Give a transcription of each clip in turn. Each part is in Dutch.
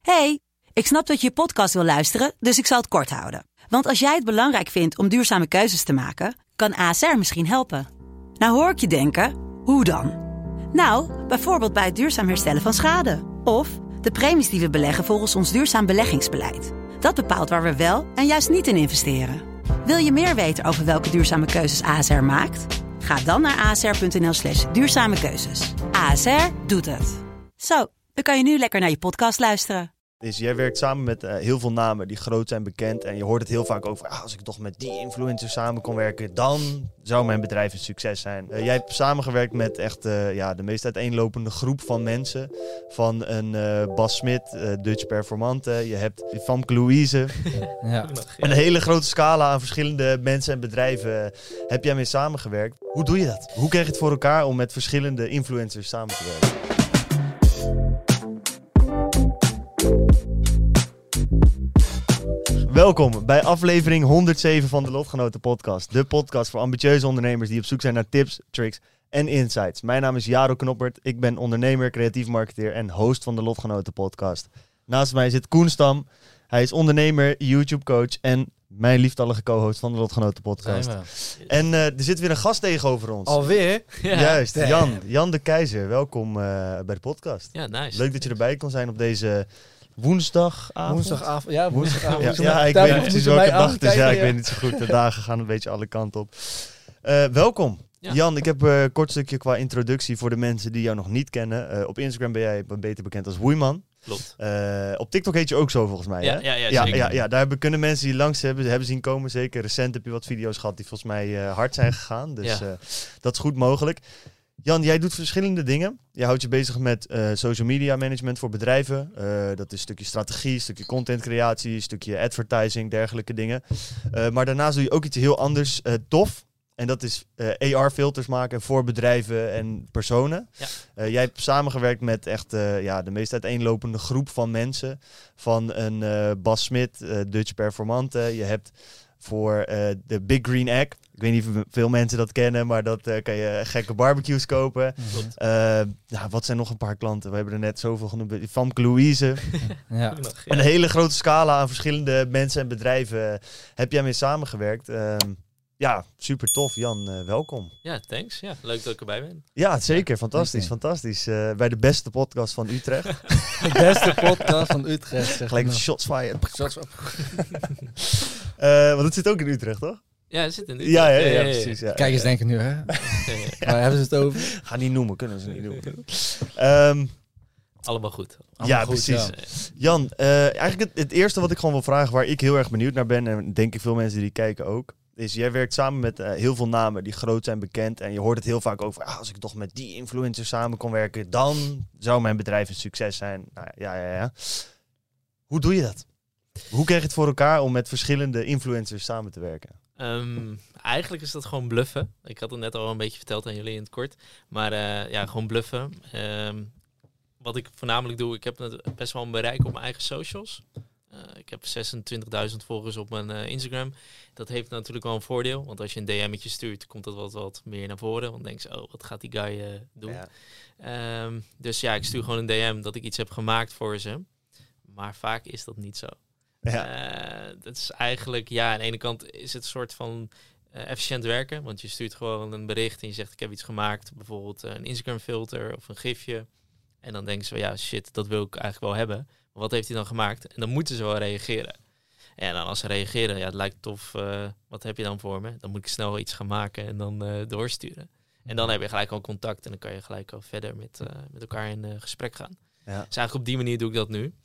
Hey, ik snap dat je je podcast wil luisteren, dus ik zal het kort houden. Want als jij het belangrijk vindt om duurzame keuzes te maken, kan ASR misschien helpen. Nou hoor ik je denken, hoe dan? Nou, bijvoorbeeld bij het duurzaam herstellen van schade. Of de premies die we beleggen volgens ons duurzaam beleggingsbeleid. Dat bepaalt waar we wel en juist niet in investeren. Wil je meer weten over welke duurzame keuzes ASR maakt? Ga dan naar asr.nl/duurzame keuzes. ASR doet het. Zo, dan kan je nu lekker naar je podcast luisteren. Dus jij werkt samen met heel veel namen die groot zijn, bekend. En je hoort het heel vaak over, als ik toch met die influencers samen kon werken, dan zou mijn bedrijf een succes zijn. Jij hebt samengewerkt met echt de meest uiteenlopende groep van mensen. Van een Bas Smit, Dutch Performante. Je hebt Famke Louise. Ja. Een hele grote scala aan verschillende mensen en bedrijven heb jij mee samengewerkt. Hoe doe je dat? Hoe krijg je het voor elkaar om met verschillende influencers samen te werken? Welkom bij aflevering 107 van de Lotgenoten podcast. De podcast voor ambitieuze ondernemers die op zoek zijn naar tips, tricks en insights. Mijn naam is Jaro Knoppert. Ik ben ondernemer, creatief marketeer en host van de Lotgenoten podcast. Naast mij zit Koen Stam. Hij is ondernemer, YouTube coach en mijn lieftallige co-host van de Lotgenoten podcast. En er zit weer een gast tegenover ons. Alweer? Ja. Juist, Jan de Keizer. Welkom bij de podcast. Ja, nice. Leuk dat je erbij kon zijn op deze woensdagavond. Woensdagavond. Ja, ik weet niet precies welke dag het is. Ja, ik weet niet zo goed. De dagen gaan een beetje alle kanten op. Welkom. Ja. Jan, ik heb een kort stukje qua introductie voor de mensen die jou nog niet kennen. Op Instagram ben jij beter bekend als Woeiman. Klopt. Op TikTok heet je ook zo volgens mij, hè? Ja, daar kunnen mensen die langs hebben zien komen. Zeker recent heb je wat video's gehad die volgens mij hard zijn gegaan. Dus dat is goed mogelijk. Jan, jij doet verschillende dingen. Je houdt je bezig met social media management voor bedrijven. Dat is een stukje strategie, een stukje contentcreatie, een stukje advertising, dergelijke dingen. Maar daarnaast doe je ook iets heel anders tof. En dat is AR-filters maken voor bedrijven en personen. Ja. Jij hebt samengewerkt met echt de meest uiteenlopende groep van mensen. Van een Bas Smit, Dutch Performante. Je hebt voor de Big Green Egg. Ik weet niet of veel mensen dat kennen, maar dat kan je gekke barbecues kopen. Wat zijn nog een paar klanten? We hebben er net zoveel genoemd. Famke Louise. Ja. Een hele grote scala aan verschillende mensen en bedrijven heb jij mee samengewerkt. Ja, super tof. Jan, welkom. Ja, thanks. Ja, leuk dat ik erbij ben. Ja, zeker. Fantastisch. Fantastisch. Bij de beste podcast van Utrecht. De beste podcast van Utrecht. Gelijk shots fired. Want het zit ook in Utrecht, toch? Ja, het zit in Utrecht. Ja, precies. Ja. Kijk eens denken nu, hè? Waar hebben ze het over? Ga niet noemen, kunnen ze niet noemen. Allemaal goed. Precies. Ja. Jan, eigenlijk het eerste wat ik gewoon wil vragen, waar ik heel erg benieuwd naar ben, en denk ik veel mensen die kijken ook, is jij werkt samen met heel veel namen die groot zijn, bekend. En je hoort het heel vaak over, als ik toch met die influencers samen kon werken, dan zou mijn bedrijf een succes zijn. Nou, ja. Hoe doe je dat? Hoe krijg je het voor elkaar om met verschillende influencers samen te werken? Eigenlijk is dat gewoon bluffen. Ik had het net al een beetje verteld aan jullie in het kort. Maar gewoon bluffen. Wat ik voornamelijk doe, ik heb best wel een bereik op mijn eigen socials. Ik heb 26.000 volgers op mijn Instagram. Dat heeft natuurlijk wel een voordeel. Want als je een DM'tje stuurt, komt dat wat meer naar voren. Want dan denk je, wat gaat die guy doen? Ja. Dus ik stuur gewoon een DM dat ik iets heb gemaakt voor ze. Maar vaak is dat niet zo. Ja. Dat is eigenlijk, aan de ene kant is het een soort van efficiënt werken. Want je stuurt gewoon een bericht en je zegt, ik heb iets gemaakt. Bijvoorbeeld een Instagram filter of een gifje. En dan denken ze, shit, dat wil ik eigenlijk wel hebben. Maar wat heeft hij dan gemaakt? En dan moeten ze wel reageren. En dan als ze reageren, het lijkt tof, wat heb je dan voor me? Dan moet ik snel iets gaan maken en dan doorsturen. En dan heb je gelijk al contact en dan kan je gelijk al verder met elkaar in gesprek gaan. Ja. Dus eigenlijk op die manier doe ik dat nu.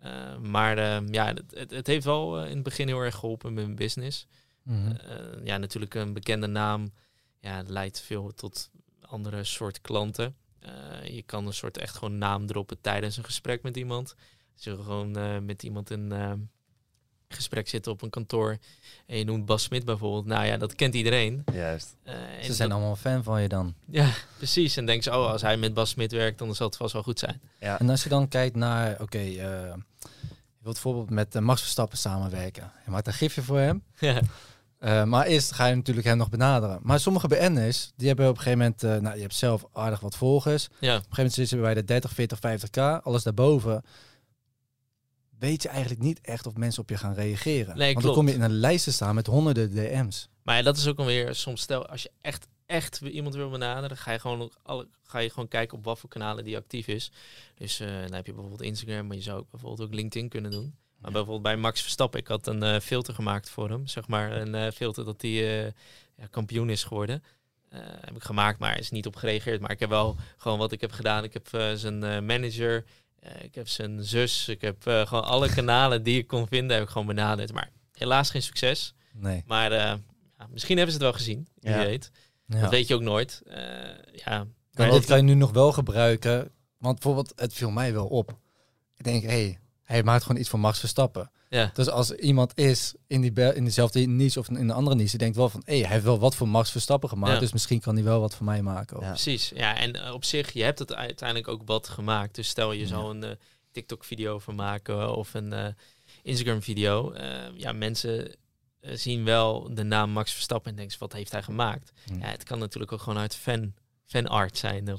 Het heeft wel in het begin heel erg geholpen met mijn business. Mm-hmm. Natuurlijk een bekende naam leidt veel tot andere soort klanten. Je kan een soort echt gewoon naam droppen tijdens een gesprek met iemand. Als je gewoon met iemand in gesprek zit op een kantoor en je noemt Bas Smit bijvoorbeeld. Dat kent iedereen. Juist. Ze zijn allemaal fan van je dan. Ja, precies. En denken ze, als hij met Bas Smit werkt, dan zal het vast wel goed zijn. Ja. En als je dan kijkt naar, je wilt bijvoorbeeld met Max Verstappen samenwerken. Je maakt een gifje voor hem. Ja. Maar eerst ga je natuurlijk hem nog benaderen. Maar sommige BN'ers, die hebben op een gegeven moment... je hebt zelf aardig wat volgers. Ja. Op een gegeven moment zitten ze bij de 30, 40, 50k. Alles daarboven. weet je eigenlijk niet echt of mensen op je gaan reageren. Nee, want dan kom je in een lijst te staan met honderden DM's. Maar ja, dat is ook alweer soms, stel als je echt iemand wil benaderen, ga je gewoon kijken op wat voor kanalen die actief is. Dus dan heb je bijvoorbeeld Instagram, maar je zou ook bijvoorbeeld ook LinkedIn kunnen doen. Maar bijvoorbeeld bij Max Verstappen, ik had een filter gemaakt voor hem. Zeg maar een filter dat hij kampioen is geworden. Heb ik gemaakt, maar is niet op gereageerd. Maar ik heb wel gewoon wat ik heb gedaan. Ik heb zijn manager, ik heb zijn zus, ik heb gewoon alle kanalen die ik kon vinden, heb ik gewoon benaderd. Maar helaas geen succes. Nee. Maar misschien hebben ze het wel gezien, wie weet. Ja. Dat weet je ook nooit. Maar dit kan je nu nog wel gebruiken. Want bijvoorbeeld, het viel mij wel op. Ik denk, hij maakt gewoon iets voor Max Verstappen. Ja. Dus als iemand is in dezelfde niche of in een andere niche, die denkt wel van, hij heeft wel wat voor Max Verstappen gemaakt, dus misschien kan hij wel wat voor mij maken. Ja. Precies. Ja, en op zich, je hebt het uiteindelijk ook wat gemaakt. Dus stel je zou een TikTok-video van maken of een Instagram-video. Mensen zien wel de naam Max Verstappen en denken, wat heeft hij gemaakt? Ja, het kan natuurlijk ook gewoon uit fanart zijn. Of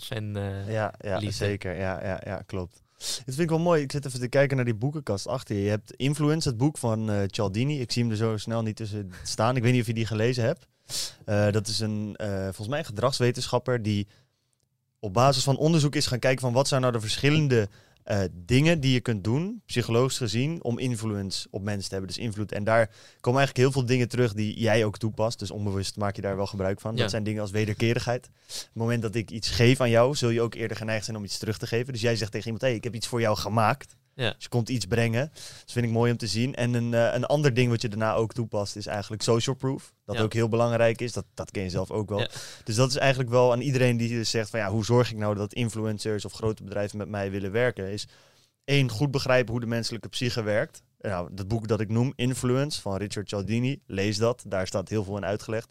Zeker. Ja, klopt. Het vind ik wel mooi. Ik zit even te kijken naar die boekenkast achter je. Je hebt Influence, het boek van Cialdini. Ik zie hem er zo snel niet tussen staan. Ik weet niet of je die gelezen hebt. Dat is volgens mij een gedragswetenschapper die op basis van onderzoek is gaan kijken van wat zijn nou de verschillende dingen die je kunt doen, psychologisch gezien, om influence op mensen te hebben. Dus invloed. En daar komen eigenlijk heel veel dingen terug die jij ook toepast. Dus onbewust maak je daar wel gebruik van. Ja. Dat zijn dingen als wederkerigheid. Op het moment dat ik iets geef aan jou, zul je ook eerder geneigd zijn om iets terug te geven. Dus jij zegt tegen iemand, ik heb iets voor jou gemaakt. Ja. Dus je komt iets brengen. Dat vind ik mooi om te zien. En een ander ding wat je daarna ook toepast is eigenlijk social proof. Dat ook heel belangrijk is. Dat ken je zelf ook wel. Ja. Dus dat is eigenlijk wel aan iedereen die dus zegt van hoe zorg ik nou dat influencers of grote bedrijven met mij willen werken, is 1, goed begrijpen hoe de menselijke psyche werkt. Nou, dat boek dat ik noem, Influence, van Richard Cialdini, lees dat. Daar staat heel veel in uitgelegd.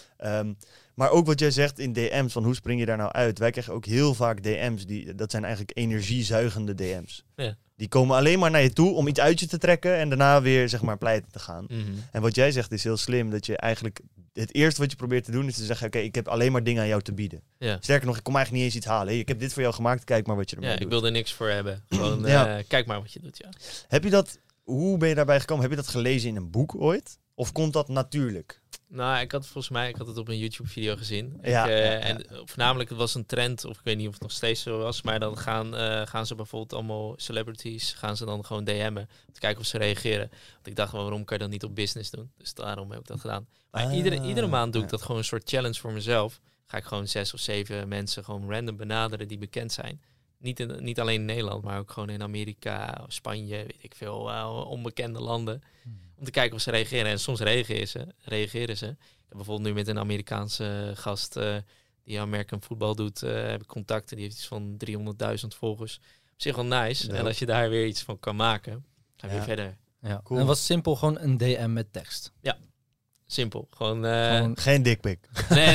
Maar ook wat jij zegt in DM's, van hoe spring je daar nou uit? Wij krijgen ook heel vaak DM's, dat zijn eigenlijk energiezuigende DM's. Ja. Die komen alleen maar naar je toe om iets uit je te trekken en daarna weer, zeg maar, pleiten te gaan. Mm-hmm. En wat jij zegt is heel slim, dat je eigenlijk het eerste wat je probeert te doen is te zeggen, oké, ik heb alleen maar dingen aan jou te bieden. Ja. Sterker nog, ik kom eigenlijk niet eens iets halen. Ik heb dit voor jou gemaakt, kijk maar wat je ermee doet. Ik wil er niks voor hebben. Gewoon, kijk maar wat je doet, ja. Heb je dat, hoe ben je daarbij gekomen? Heb je dat gelezen in een boek ooit? Of komt dat natuurlijk? Nou, ik had het op een YouTube-video gezien. En voornamelijk, het was een trend, of ik weet niet of het nog steeds zo was, maar dan gaan ze bijvoorbeeld allemaal celebrities, gaan ze dan gewoon DM'en, om te kijken of ze reageren. Want ik dacht, waarom kan je dat niet op business doen? Dus daarom heb ik dat gedaan. Maar iedere maand doe ik dat gewoon een soort challenge voor mezelf. Ga ik gewoon 6 of 7 mensen gewoon random benaderen die bekend zijn. Niet alleen in Nederland, maar ook gewoon in Amerika, Spanje, weet ik veel, onbekende landen. Om te kijken of ze reageren. En soms reageren ze. Ik heb bijvoorbeeld nu met een Amerikaanse gast die American voetbal doet, heb ik contacten. Die heeft iets van 300.000 volgers. Op zich wel nice. Ja. En als je daar weer iets van kan maken, ga je weer verder. Ja. Cool. En was simpel gewoon een DM met tekst. Ja. Simpel. Gewoon geen dickpic. Nee.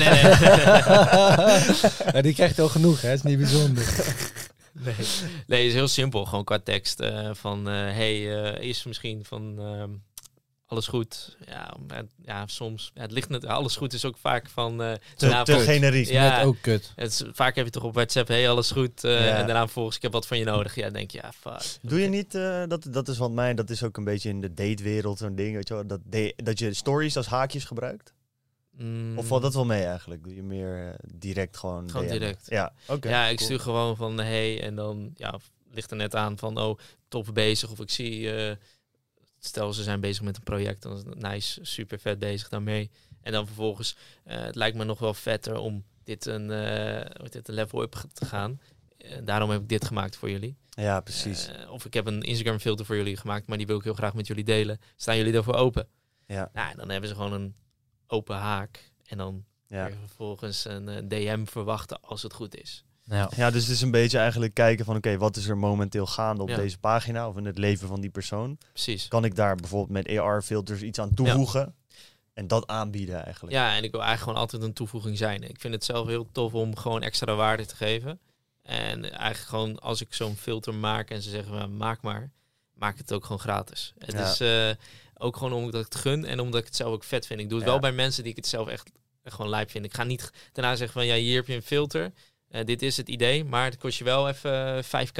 Ja, die krijgt al genoeg, hè? Het is niet bijzonder. Nee, het is heel simpel. Gewoon qua tekst. Is misschien van alles goed. Ja, soms. Ja, het ligt net. Alles goed is ook vaak van te generiek. Ja, net ook kut. Vaak heb je toch op WhatsApp, alles goed. En daarna volgens, ik heb wat van je nodig. Ja, denk je, fuck. Doe je niet, dat is van mij, dat is ook een beetje in de datewereld zo'n ding, weet je wel, dat je stories als haakjes gebruikt? Of valt dat wel mee eigenlijk? Doe je meer direct gewoon direct. Ja, oké. Ja, ik stuur gewoon van en dan ligt er net aan van tof bezig. Of ik zie, stel ze zijn bezig met een project, dan is het nice, super vet bezig daarmee. En dan vervolgens, het lijkt me nog wel vetter om dit een level up te gaan. Daarom heb ik dit gemaakt voor jullie. Ja, precies. Of ik heb een Instagram filter voor jullie gemaakt, maar die wil ik heel graag met jullie delen. Staan jullie daarvoor open? Ja. Nou, dan hebben ze gewoon een open haak. En dan vervolgens een DM verwachten als het goed is. Ja, dus het is een beetje eigenlijk kijken van oké, wat is er momenteel gaande op deze pagina of in het leven van die persoon? Precies. Kan ik daar bijvoorbeeld met AR-filters iets aan toevoegen en dat aanbieden eigenlijk? Ja, en ik wil eigenlijk gewoon altijd een toevoeging zijn. Ik vind het zelf heel tof om gewoon extra waarde te geven. En eigenlijk gewoon als ik zo'n filter maak en ze zeggen maak het ook gewoon gratis. Het is ook gewoon omdat ik het gun en omdat ik het zelf ook vet vind. Ik doe het wel bij mensen die ik het zelf echt gewoon lijp vind. Ik ga niet daarna zeggen van hier heb je een filter. Dit is het idee, maar het kost je wel even 5k.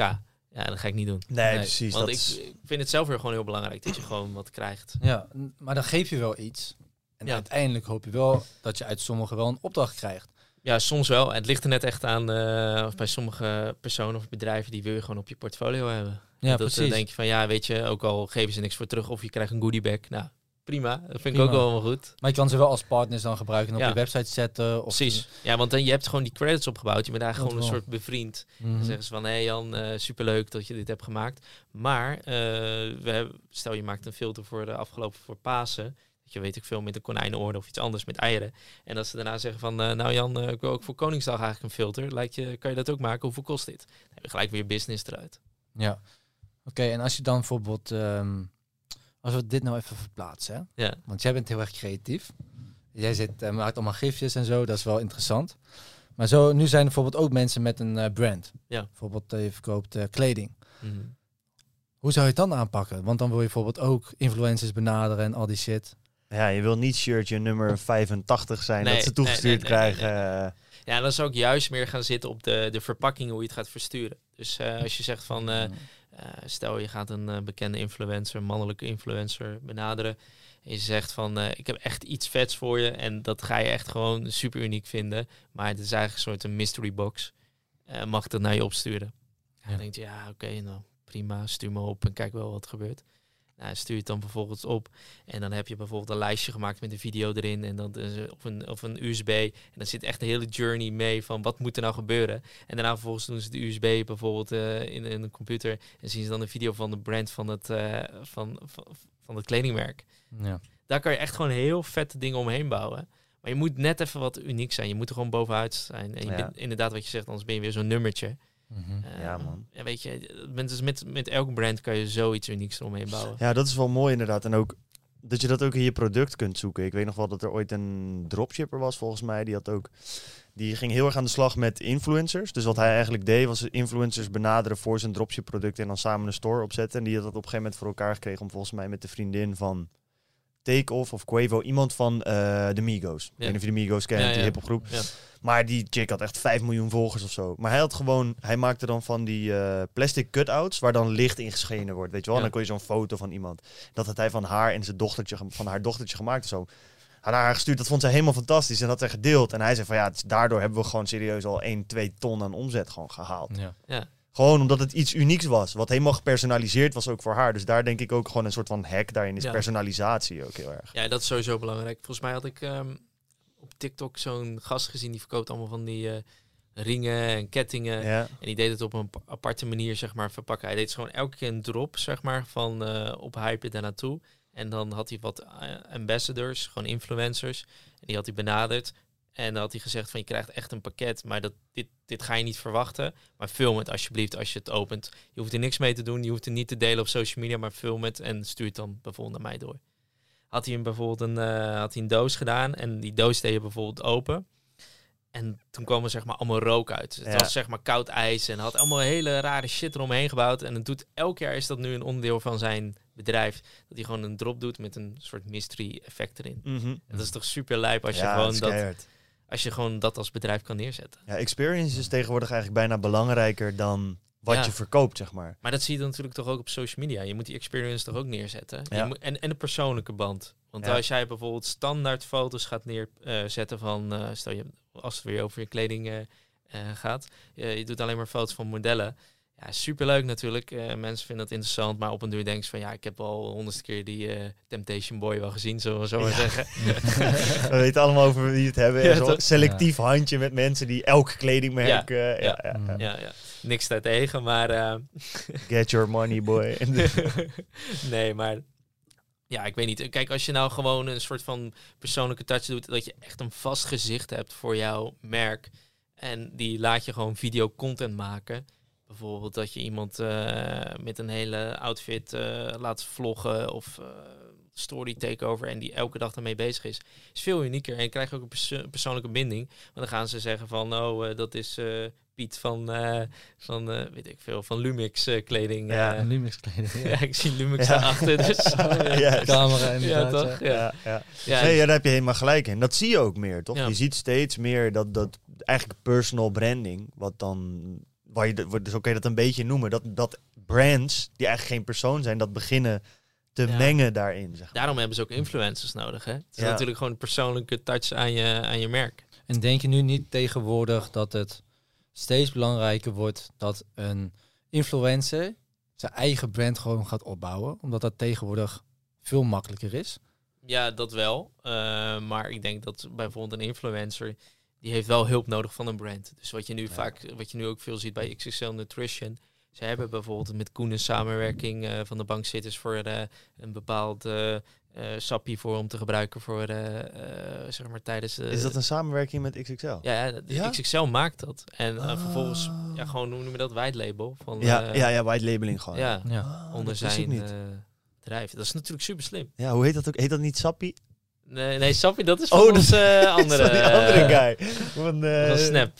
Ja, dat ga ik niet doen. Nee, precies. Want ik vind het zelf weer gewoon heel belangrijk dat je gewoon wat krijgt. Ja, maar dan geef je wel iets. En uiteindelijk hoop je wel dat je uit sommigen wel een opdracht krijgt. Ja, soms wel. En het ligt er net echt aan, of bij sommige personen of bedrijven, die wil je gewoon op je portfolio hebben. Ja, precies. Dan denk je van, ja, weet je, ook al geven ze niks voor terug of je krijgt een goodiebag. Nou, prima. Dat vind ik ook wel goed. Maar je kan ze wel als partners dan gebruiken en op je website zetten. Of precies. Ja, want je hebt gewoon die credits opgebouwd. Je bent daar gewoon een soort bevriend. Dan zeggen ze van, hé Jan, superleuk dat je dit hebt gemaakt. Maar, stel je maakt een filter voor de afgelopen voor Pasen. Je weet ik veel met een konijnenoor of iets anders met eieren. En als ze daarna zeggen van, nou Jan, ik wil ook voor Koningsdag eigenlijk een filter. Kan je dat ook maken? Hoeveel kost dit? Dan heb je gelijk weer business eruit. Ja. Oké, en als je dan bijvoorbeeld, als we dit nou even verplaatsen, hè? Ja. Want jij bent heel erg creatief. Jij maakt allemaal gifjes en zo, dat is wel interessant. Maar nu zijn er bijvoorbeeld ook mensen met een brand. Ja. Bijvoorbeeld je verkoopt kleding. Mm-hmm. Hoe zou je het dan aanpakken? Want dan wil je bijvoorbeeld ook influencers benaderen en al die shit. Ja, je wil niet shirtje nummer 85 zijn dat ze toegestuurd krijgen. Nee. Ja, dan zou ik juist meer gaan zitten op de verpakking, hoe je het gaat versturen. Dus als je zegt van, stel je gaat een bekende influencer, mannelijke influencer benaderen. En je zegt van, ik heb echt iets vets voor je. En dat ga je echt gewoon super uniek vinden. Maar het is eigenlijk een soort een mystery box. Mag ik dat naar je opsturen? Ja. Dan denk je, oké, nou prima, stuur me op en kijk wel wat er gebeurt. Nou, stuur je het dan vervolgens op. En dan heb je bijvoorbeeld een lijstje gemaakt met een video erin. En dan of een USB. En dan zit echt de hele journey mee van wat moet er nou gebeuren. En daarna vervolgens doen ze de USB bijvoorbeeld in een computer. En zien ze dan een video van de brand van het kledingmerk. Ja. Daar kan je echt gewoon heel vette dingen omheen bouwen. Maar je moet net even wat uniek zijn. Je moet er gewoon bovenuit zijn. En je bent, inderdaad wat je zegt, anders ben je weer zo'n nummertje. Mm-hmm. Ja, man. Ja, weet je, met elke brand kan je zoiets unieks eromheen bouwen. Ja, dat is wel mooi inderdaad. En ook dat je dat ook in je product kunt zoeken. Ik weet nog wel dat er ooit een dropshipper was volgens mij. Die ging heel erg aan de slag met influencers. Dus wat hij eigenlijk deed was influencers benaderen voor zijn dropship product en dan samen een store opzetten. En die had dat op een gegeven moment voor elkaar gekregen om volgens mij met de vriendin van Takeoff of Quavo, iemand van de Migos. Ik weet niet of je de Migos kent, die hiphopgroep. Ja. Maar die chick had echt 5 miljoen volgers of zo. Maar hij maakte dan van die plastic cutouts waar dan licht in geschenen wordt. Weet je wel? En dan kon je zo'n foto van iemand. Dat had hij van haar en van haar dochtertje gemaakt of zo. Had haar gestuurd, dat vond zij helemaal fantastisch en dat hij gedeeld. En hij zei van daardoor hebben we gewoon serieus al 1-2 ton aan omzet gewoon gehaald. Ja. Gewoon omdat het iets unieks was. Wat helemaal gepersonaliseerd was ook voor haar. Dus daar denk ik ook gewoon een soort van hack daarin is personalisatie ook heel erg. Ja, dat is sowieso belangrijk. Volgens mij had ik op TikTok zo'n gast gezien die verkoopt allemaal van die ringen en kettingen. Ja. En die deed het op een aparte manier, zeg maar, verpakken. Hij deed gewoon elke keer een drop, zeg maar, van op hype daar naartoe. En dan had hij wat ambassadors, gewoon influencers. En die had hij benaderd. En dan had hij gezegd van je krijgt echt een pakket, maar dit ga je niet verwachten. Maar film het alsjeblieft als je het opent. Je hoeft er niks mee te doen, je hoeft het niet te delen op social media, maar film het en stuur het dan bijvoorbeeld naar mij door. Had hij bijvoorbeeld een doos gedaan en die doos deed je bijvoorbeeld open. En toen kwam er zeg maar allemaal rook uit. Het was zeg maar koud ijs en had allemaal hele rare shit eromheen gebouwd. En het doet elk jaar is dat nu een onderdeel van zijn bedrijf. Dat hij gewoon een drop doet met een soort mystery effect erin. Mm-hmm. En dat is toch super lijp als je gewoon als je gewoon dat als bedrijf kan neerzetten. Ja, experience is tegenwoordig eigenlijk bijna belangrijker dan wat je verkoopt, zeg maar. Maar dat zie je dan natuurlijk toch ook op social media. Je moet die experience toch ook neerzetten. Ja. En de persoonlijke band. Want als jij bijvoorbeeld standaard foto's gaat neerzetten van, stel je, als het weer over je kleding gaat. Je doet alleen maar foto's van modellen. Ja, superleuk natuurlijk. Mensen vinden dat interessant. Maar op een duur denk je van ik heb al 100ste keer die Temptation Boy wel gezien, zullen we zo maar zeggen. We weten allemaal over wie het hebben. Ja, zo'n selectief handje met mensen die elk kledingmerk... Ja. Niks daartegen, maar... Get your money, boy. Nee, maar... Ja, ik weet niet. Kijk, als je nou gewoon een soort van persoonlijke touch doet, dat je echt een vast gezicht hebt voor jouw merk. En die laat je gewoon video-content maken. Bijvoorbeeld dat je iemand met een hele outfit laat vloggen of story takeover en die elke dag ermee bezig is veel unieker. En je krijgt ook een persoonlijke binding. Want dan gaan ze zeggen van, dat is Piet van weet ik veel, van Lumix kleding. Lumix kleding. Ja, ik zie Lumix daarachter. Dus, camera en toch? Ja. Nee, daar heb je helemaal gelijk in. Dat zie je ook meer, toch? Ja. Je ziet steeds meer dat eigenlijk personal branding, wat dan zo kan je dat een beetje noemen, dat brands, die eigenlijk geen persoon zijn, dat beginnen te mengen daarin. Zeg maar. Daarom hebben ze ook influencers nodig. Hè? Het is natuurlijk gewoon een persoonlijke touch aan je merk. En denk je nu niet tegenwoordig dat het steeds belangrijker wordt dat een influencer zijn eigen brand gewoon gaat opbouwen? Omdat dat tegenwoordig veel makkelijker is. Ja, dat wel. Maar ik denk dat bijvoorbeeld een influencer, die heeft wel hulp nodig van een brand. Dus wat je nu ook veel ziet bij XXL Nutrition. Ze hebben bijvoorbeeld met Koen een samenwerking van de bankzitters voor een bepaald sappie voor om te gebruiken voor zeg maar tijdens de... Is dat een samenwerking met XXL? Ja, XXL maakt dat. En vervolgens gewoon, hoe noem je dat, white label van white labeling gewoon. Onder zijn bedrijf. Dat is natuurlijk super slim. Ja, hoe heet dat ook? Heet dat niet Sappie? Nee, Sappie, dat is van onze andere... die andere guy. Van Snap.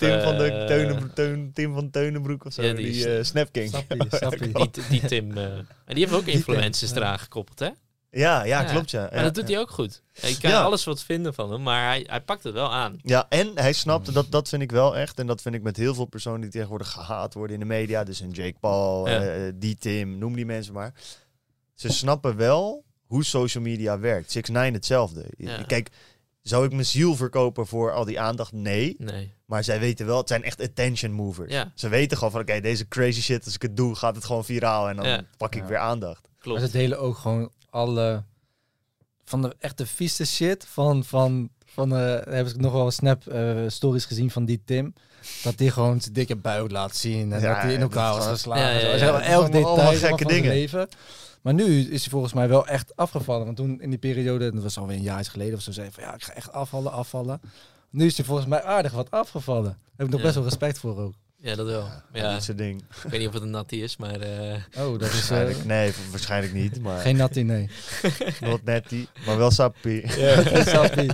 Tim van Teunenbroek of zo. Ja, die Snap King. Sappie. Die Tim. En die heeft ook influencers eraan gekoppeld, hè? Ja, klopt, ja. Maar dat doet hij ook goed. Je kan alles wat vinden van hem, maar hij pakt het wel aan. Ja, en hij snapt, dat vind ik wel echt, en dat vind ik met heel veel personen die tegenwoordig gehaat worden in de media, dus een Jake Paul, die Tim, noem die mensen maar. Ze snappen wel hoe social media werkt. 6ix9ine hetzelfde. Ja. Kijk, zou ik mijn ziel verkopen voor al die aandacht? Nee. Maar zij weten wel, het zijn echt attention movers. Ja. Ze weten gewoon van, oké, deze crazy shit, als ik het doe, gaat het gewoon viraal en dan pak ik weer aandacht. Klopt. Maar ze delen ook gewoon alle van de echte vieste shit van heb ik nog wel snap stories gezien van die Tim, dat die gewoon zijn dikke buik laat zien en dat hij in elkaar was geslagen. Elk detail gekke dingen. Leven. Maar nu is hij volgens mij wel echt afgevallen. Want toen in die periode, dat was alweer een jaar geleden of zo, zei van ik ga echt afvallen. Nu is hij volgens mij aardig wat afgevallen. Daar heb ik nog best wel respect voor ook. Ja, dat wel. Dat is het ding. Ik weet niet of het een natty is, maar... dat is... nee, waarschijnlijk niet. Maar... Geen natty, nee. Not netty, maar wel sappie. Ja, sappie.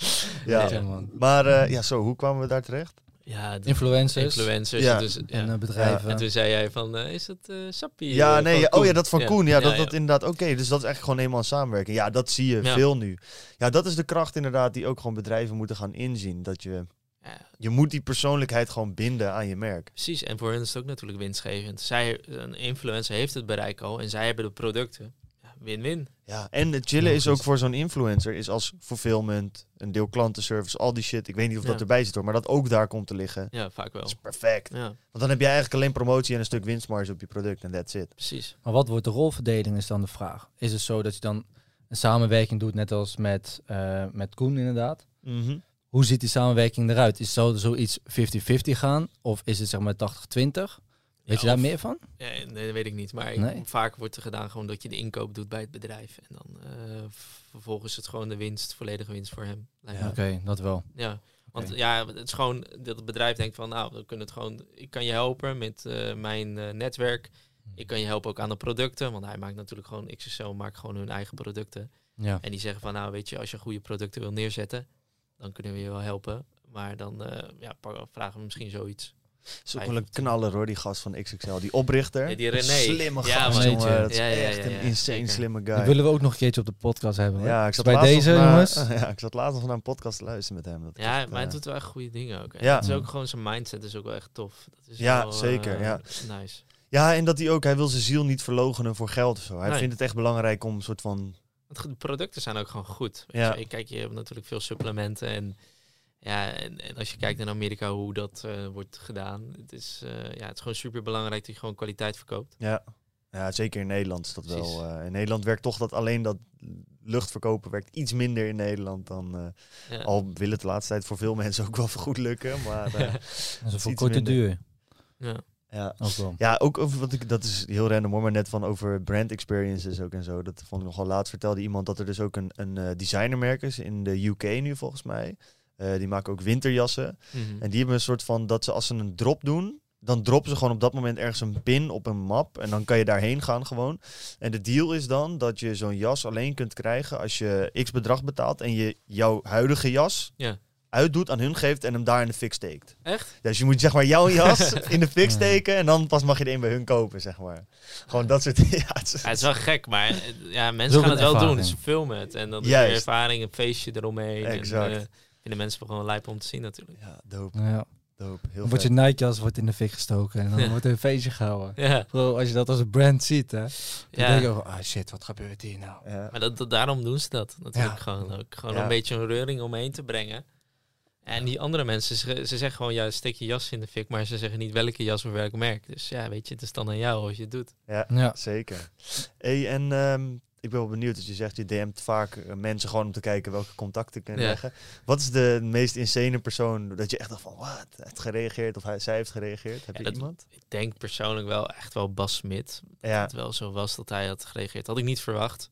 Maar hoe kwamen we daar terecht? Ja, influencers en bedrijven. En toen zei jij van, is het sappie? Ja, dat van Koen. Ja, dat inderdaad oké. Dus dat is echt gewoon eenmaal een samenwerking. Ja, dat zie je veel nu. Ja, dat is de kracht inderdaad die ook gewoon bedrijven moeten gaan inzien. Dat je moet die persoonlijkheid gewoon binden aan je merk. Precies, en voor hen is het ook natuurlijk winstgevend. Een influencer heeft het bereik al en zij hebben de producten. Win-win. Ja, en het chillen is ook voor zo'n influencer, is als fulfillment, een deel klantenservice, al die shit. Ik weet niet of dat erbij zit hoor, maar dat ook daar komt te liggen. Ja, vaak wel. Dat is perfect. Ja. Want dan heb je eigenlijk alleen promotie en een stuk winstmarge op je product en that's it. Precies. Maar wat wordt de rolverdeling is dan de vraag. Is het zo dat je dan een samenwerking doet net als met Koen inderdaad? Mm-hmm. Hoe ziet die samenwerking eruit? Is het zoiets 50-50 gaan? Of is het zeg maar 80-20? Weet je daar meer van? Nee, dat weet ik niet. Maar vaak wordt er gedaan gewoon dat je de inkoop doet bij het bedrijf. En dan vervolgens het gewoon de winst, volledige winst voor hem. Oké, dat wel. Ja, want het is gewoon dat het bedrijf denkt van, nou, we kunnen het gewoon, ik kan je helpen met mijn netwerk. Ik kan je helpen ook aan de producten, want hij maakt natuurlijk gewoon, XXL maakt gewoon hun eigen producten. Ja. En die zeggen van, nou weet je, als je goede producten wil neerzetten, dan kunnen we je wel helpen. Maar dan vragen we misschien zoiets. Het is ook wel een knaller hoor, die gast van XXL. Die oprichter. Ja, die René. Slimme gast, jongen. Dat is echt een insane slimme guy. Die willen we ook nog een keertje op de podcast hebben. Hoor. Ja, ik zat ik zat laatst nog naar een podcast te luisteren met hem. Maar hij doet wel echt goede dingen ook. Ja. Het is ook gewoon zijn mindset is ook wel echt tof. Dat is wel, zeker. Nice. Ja, en dat hij wil zijn ziel niet verlogenen voor geld of zo. Hij vindt het echt belangrijk om een soort van... De producten zijn ook gewoon goed. Kijk, je hebt natuurlijk veel supplementen en... Ja, en als je kijkt naar Amerika hoe dat wordt gedaan, het is gewoon super belangrijk dat je gewoon kwaliteit verkoopt. Ja, zeker in Nederland is dat wel. In Nederland werkt toch dat luchtverkopen werkt iets minder in Nederland dan. Al wil het de laatste tijd voor veel mensen ook wel goed lukken, maar dat is voor korte duur. Ja, ook over dat is heel random hoor, maar net van over brand experiences ook en zo. Dat vond ik nogal laatst, vertelde iemand dat er dus ook een designermerk is in de UK nu volgens mij. Die maken ook winterjassen. Mm-hmm. En die hebben een soort van, dat ze als ze een drop doen, dan droppen ze gewoon op dat moment ergens een pin op een map. En dan kan je daarheen gaan gewoon. En de deal is dan dat je zo'n jas alleen kunt krijgen als je x bedrag betaalt en je jouw huidige jas uitdoet, aan hun geeft en hem daar in de fik steekt. Echt? Dus je moet zeg maar jouw jas in de fik steken en dan pas mag je er een bij hun kopen, zeg maar. Gewoon dat soort... het is wel gek, maar mensen gaan het wel doen. Ze filmen het en dan is er ervaring, een feestje eromheen. Exact. En vinden mensen gewoon lijp om te zien natuurlijk. Ja, dope. Dope, heel dan wordt je Nike-jas in de fik gestoken en dan wordt er een feestje gehouden. Ja. Bro, als je dat als een brand ziet, hè, dan denk je, shit, wat gebeurt hier nou? Ja. Maar daarom doen ze dat natuurlijk gewoon ook. Gewoon een beetje een reuring omheen te brengen. En die andere mensen, ze zeggen gewoon, ja, steek je jas in de fik, maar ze zeggen niet welke jas of welk merk. Dus ja, weet je, het is dan aan jou als je het doet. Ja. Zeker. Hey, en ik ben wel benieuwd dat je zegt, je DM't vaak mensen gewoon om te kijken welke contacten kunnen leggen. Wat is de meest insane persoon dat je echt dacht van, wat, hij heeft gereageerd of zij heeft gereageerd? Heb je iemand? Ik denk persoonlijk wel echt wel Bas Smit. Dat het wel zo was dat hij had gereageerd. Had ik niet verwacht.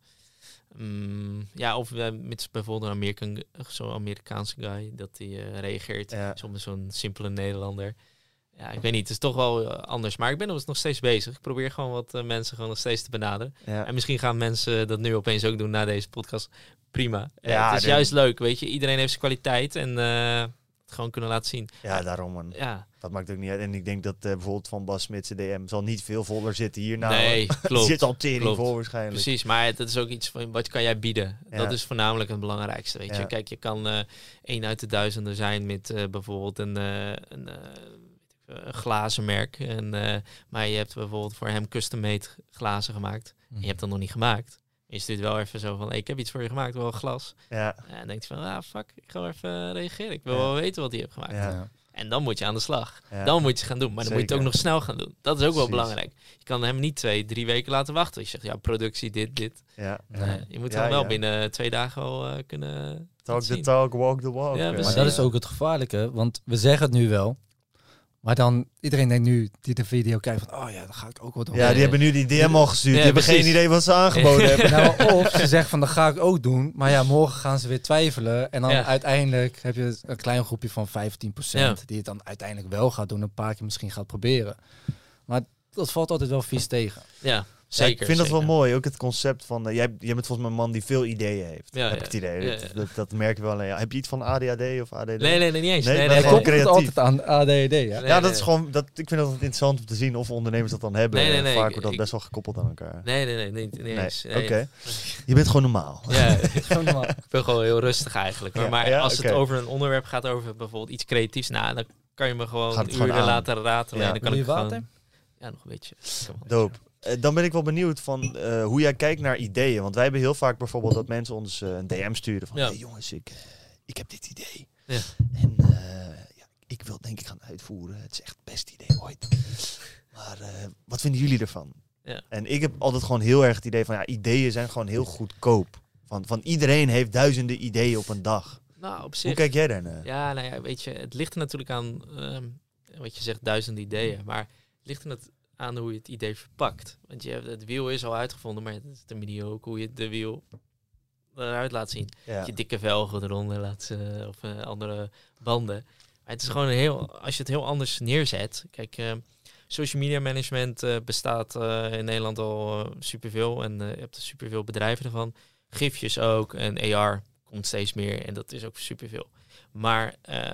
Of met bijvoorbeeld zo'n Amerikaanse guy dat die reageert. Soms zo'n simpele Nederlander. Ja, ik weet niet. Het is toch wel anders. Maar ik ben nog steeds bezig. Ik probeer gewoon wat mensen gewoon nog steeds te benaderen. Ja. En misschien gaan mensen dat nu opeens ook doen na deze podcast. Prima. Het is juist leuk, weet je. Iedereen heeft zijn kwaliteit en het gewoon kunnen laten zien. Ja, daarom. Man. Ja. Dat maakt ook niet uit. En ik denk dat bijvoorbeeld van Bas Smits DM zal niet veel voller zitten hier. Nou, nee, klopt. Zit al tering vol waarschijnlijk. Precies, maar dat is ook iets van wat kan jij bieden. Ja. Dat is voornamelijk het belangrijkste, weet je. Kijk, je kan 1 uit de duizenden zijn met bijvoorbeeld een glazen merk. Maar je hebt bijvoorbeeld voor hem custom-made glazen gemaakt. En je hebt dat nog niet gemaakt. Je stuurt wel even zo van, hey, ik heb iets voor je gemaakt, wel een glas. Ja. En dan denk je van, fuck, ik ga even reageren. Ik wil wel weten wat hij heeft gemaakt. Ja. En dan moet je aan de slag. Ja. Dan moet je gaan doen. Maar dan moet je het ook nog snel gaan doen. Dat is ook wel belangrijk. Je kan hem niet 2-3 weken laten wachten. Je zegt, ja, productie, dit. Ja. Je moet dan wel binnen 2 dagen al kunnen talk the talk, walk the walk. Ja, maar dat is ook het gevaarlijke. Want we zeggen het nu wel. Maar dan, iedereen denkt nu, die de video kijkt van, oh ja, dan ga ik ook wat doen. Ja, die hebben nu die DM al gestuurd. Die hebben geen idee wat ze aangeboden hebben. Nou, of ze zeggen van, dat ga ik ook doen. Maar ja, morgen gaan ze weer twijfelen. En dan uiteindelijk heb je een klein groepje van 15% die het dan uiteindelijk wel gaat doen. Een paar keer misschien gaat proberen. Maar dat valt altijd wel vies tegen. Ja. Zeker, ik vind dat wel mooi, ook het concept van... jij bent volgens mij een man die veel ideeën heeft. Heb ik het idee. Ja. Dat merk je wel. Heb je iets van ADHD of ADD? Nee, niet eens. Nee, komt altijd aan ADHD. Ja, dat is gewoon... ik vind dat interessant om te zien of ondernemers dat dan hebben. Nee, vaak wordt dat best wel gekoppeld aan elkaar. Nee, niet eens. Oké. Je bent gewoon normaal. Ja, gewoon normaal. Ik ben gewoon heel rustig eigenlijk. Hoor. Maar als het over een onderwerp gaat, over bijvoorbeeld iets creatiefs... dan kan je me gewoon uren laten ratelen. En dan kan ik water? Ja, nog een beetje. Dope. Dan ben ik wel benieuwd van hoe jij kijkt naar ideeën. Want wij hebben heel vaak bijvoorbeeld dat mensen ons een DM sturen van... Hey jongens, ik heb dit idee. Ja. En ik wil het denk ik gaan uitvoeren. Het is echt het beste idee ooit. Maar wat vinden jullie ervan? Ja. En ik heb altijd gewoon heel erg het idee van... ideeën zijn gewoon heel goedkoop. Van iedereen heeft duizenden ideeën op een dag. Nou, op zich... Hoe kijk jij daarnaar? Ja, nou ja, weet je, het ligt er natuurlijk aan... wat je zegt, duizenden ideeën. Maar het ligt er aan hoe je het idee verpakt. Want het wiel is al uitgevonden, maar het is de manier ook hoe je de wiel eruit laat zien. Ja. Je dikke velgen eronder laat of andere banden. Maar het is gewoon als je het heel anders neerzet. Kijk, social media management bestaat in Nederland al superveel. En je hebt superveel bedrijven ervan. Gifjes ook en AR komt steeds meer. En dat is ook superveel. Maar